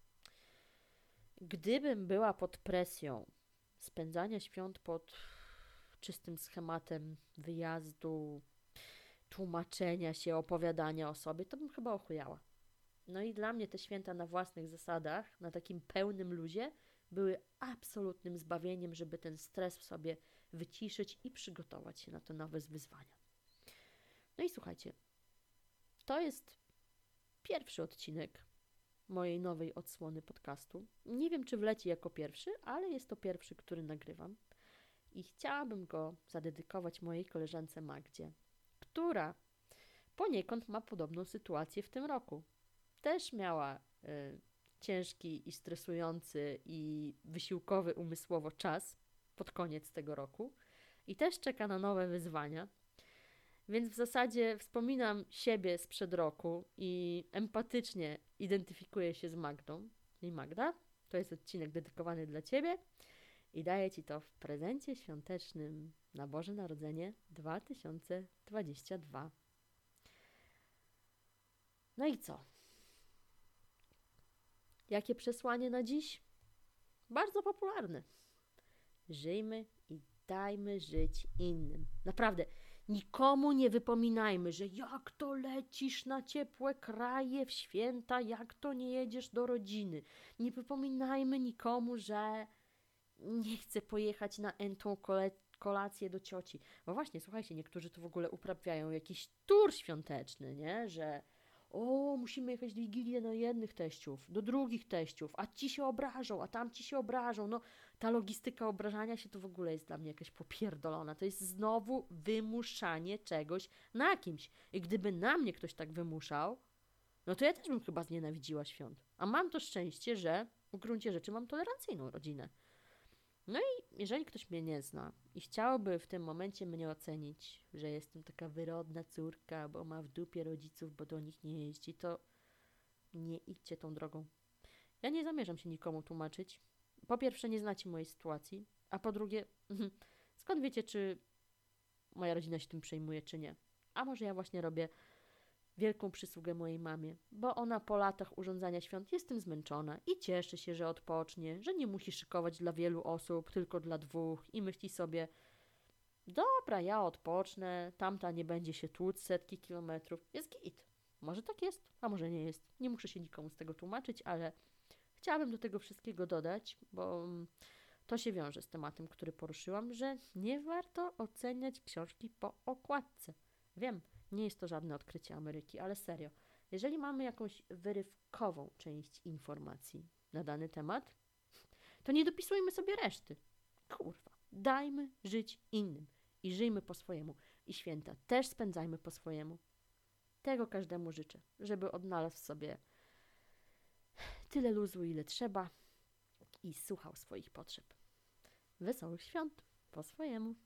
gdybym była pod presją spędzania świąt pod czystym schematem wyjazdu, tłumaczenia się, opowiadania o sobie, to bym chyba ochujała. No i dla mnie te święta na własnych zasadach, na takim pełnym luzie, były absolutnym zbawieniem, żeby ten stres w sobie wyciszyć i przygotować się na te nowe wyzwania. No i słuchajcie, to jest pierwszy odcinek mojej nowej odsłony podcastu. Nie wiem, czy wleci jako pierwszy, ale jest to pierwszy, który nagrywam. I chciałabym go zadedykować mojej koleżance Magdzie, która poniekąd ma podobną sytuację w tym roku. Też miała y, ciężki i stresujący i wysiłkowy umysłowo czas pod koniec tego roku i też czeka na nowe wyzwania. Więc w zasadzie wspominam siebie sprzed roku i empatycznie identyfikuję się z Magdą. I Magda, to jest odcinek dedykowany dla Ciebie i daję Ci to w prezencie świątecznym na Boże Narodzenie dwa tysiące dwudziesty drugi. No i co? Jakie przesłanie na dziś? Bardzo popularne. Żyjmy i dajmy żyć innym. Naprawdę, nikomu nie wypominajmy, że jak to lecisz na ciepłe kraje w święta, jak to nie jedziesz do rodziny. Nie wypominajmy nikomu, że nie chcę pojechać na entą kole- kolację do cioci. Bo właśnie, słuchajcie, niektórzy tu w ogóle uprawiają jakiś tur świąteczny, nie? Że o, musimy jechać w Wigilię na jednych teściów, do drugich teściów, a ci się obrażą, a tam ci się obrażą. No, ta logistyka obrażania się to w ogóle jest dla mnie jakaś popierdolona. To jest znowu wymuszanie czegoś na kimś. I gdyby na mnie ktoś tak wymuszał, no to ja też bym chyba znienawidziła świąt. A mam to szczęście, że w gruncie rzeczy mam tolerancyjną rodzinę. No i jeżeli ktoś mnie nie zna i chciałby w tym momencie mnie ocenić, że jestem taka wyrodna córka, bo ma w dupie rodziców, bo do nich nie jeździ, to nie idźcie tą drogą. Ja nie zamierzam się nikomu tłumaczyć. Po pierwsze, nie znacie mojej sytuacji, a po drugie, skąd wiecie, czy moja rodzina się tym przejmuje, czy nie. A może ja właśnie robię wielką przysługę mojej mamie, bo ona po latach urządzania świąt jest tym zmęczona i cieszy się, że odpocznie, że nie musi szykować dla wielu osób, tylko dla dwóch i myśli sobie, dobra, ja odpocznę, tamta nie będzie się tłuc setki kilometrów, jest git. Może tak jest, a może nie jest. Nie muszę się nikomu z tego tłumaczyć, ale chciałabym do tego wszystkiego dodać, bo to się wiąże z tematem, który poruszyłam, że nie warto oceniać książki po okładce. Wiem, nie jest to żadne odkrycie Ameryki, ale serio. Jeżeli mamy jakąś wyrywkową część informacji na dany temat, to nie dopisujmy sobie reszty. Kurwa, dajmy żyć innym i żyjmy po swojemu. I święta też spędzajmy po swojemu. Tego każdemu życzę, żeby odnalazł sobie tyle luzu, ile trzeba i słuchał swoich potrzeb. Wesołych świąt po swojemu.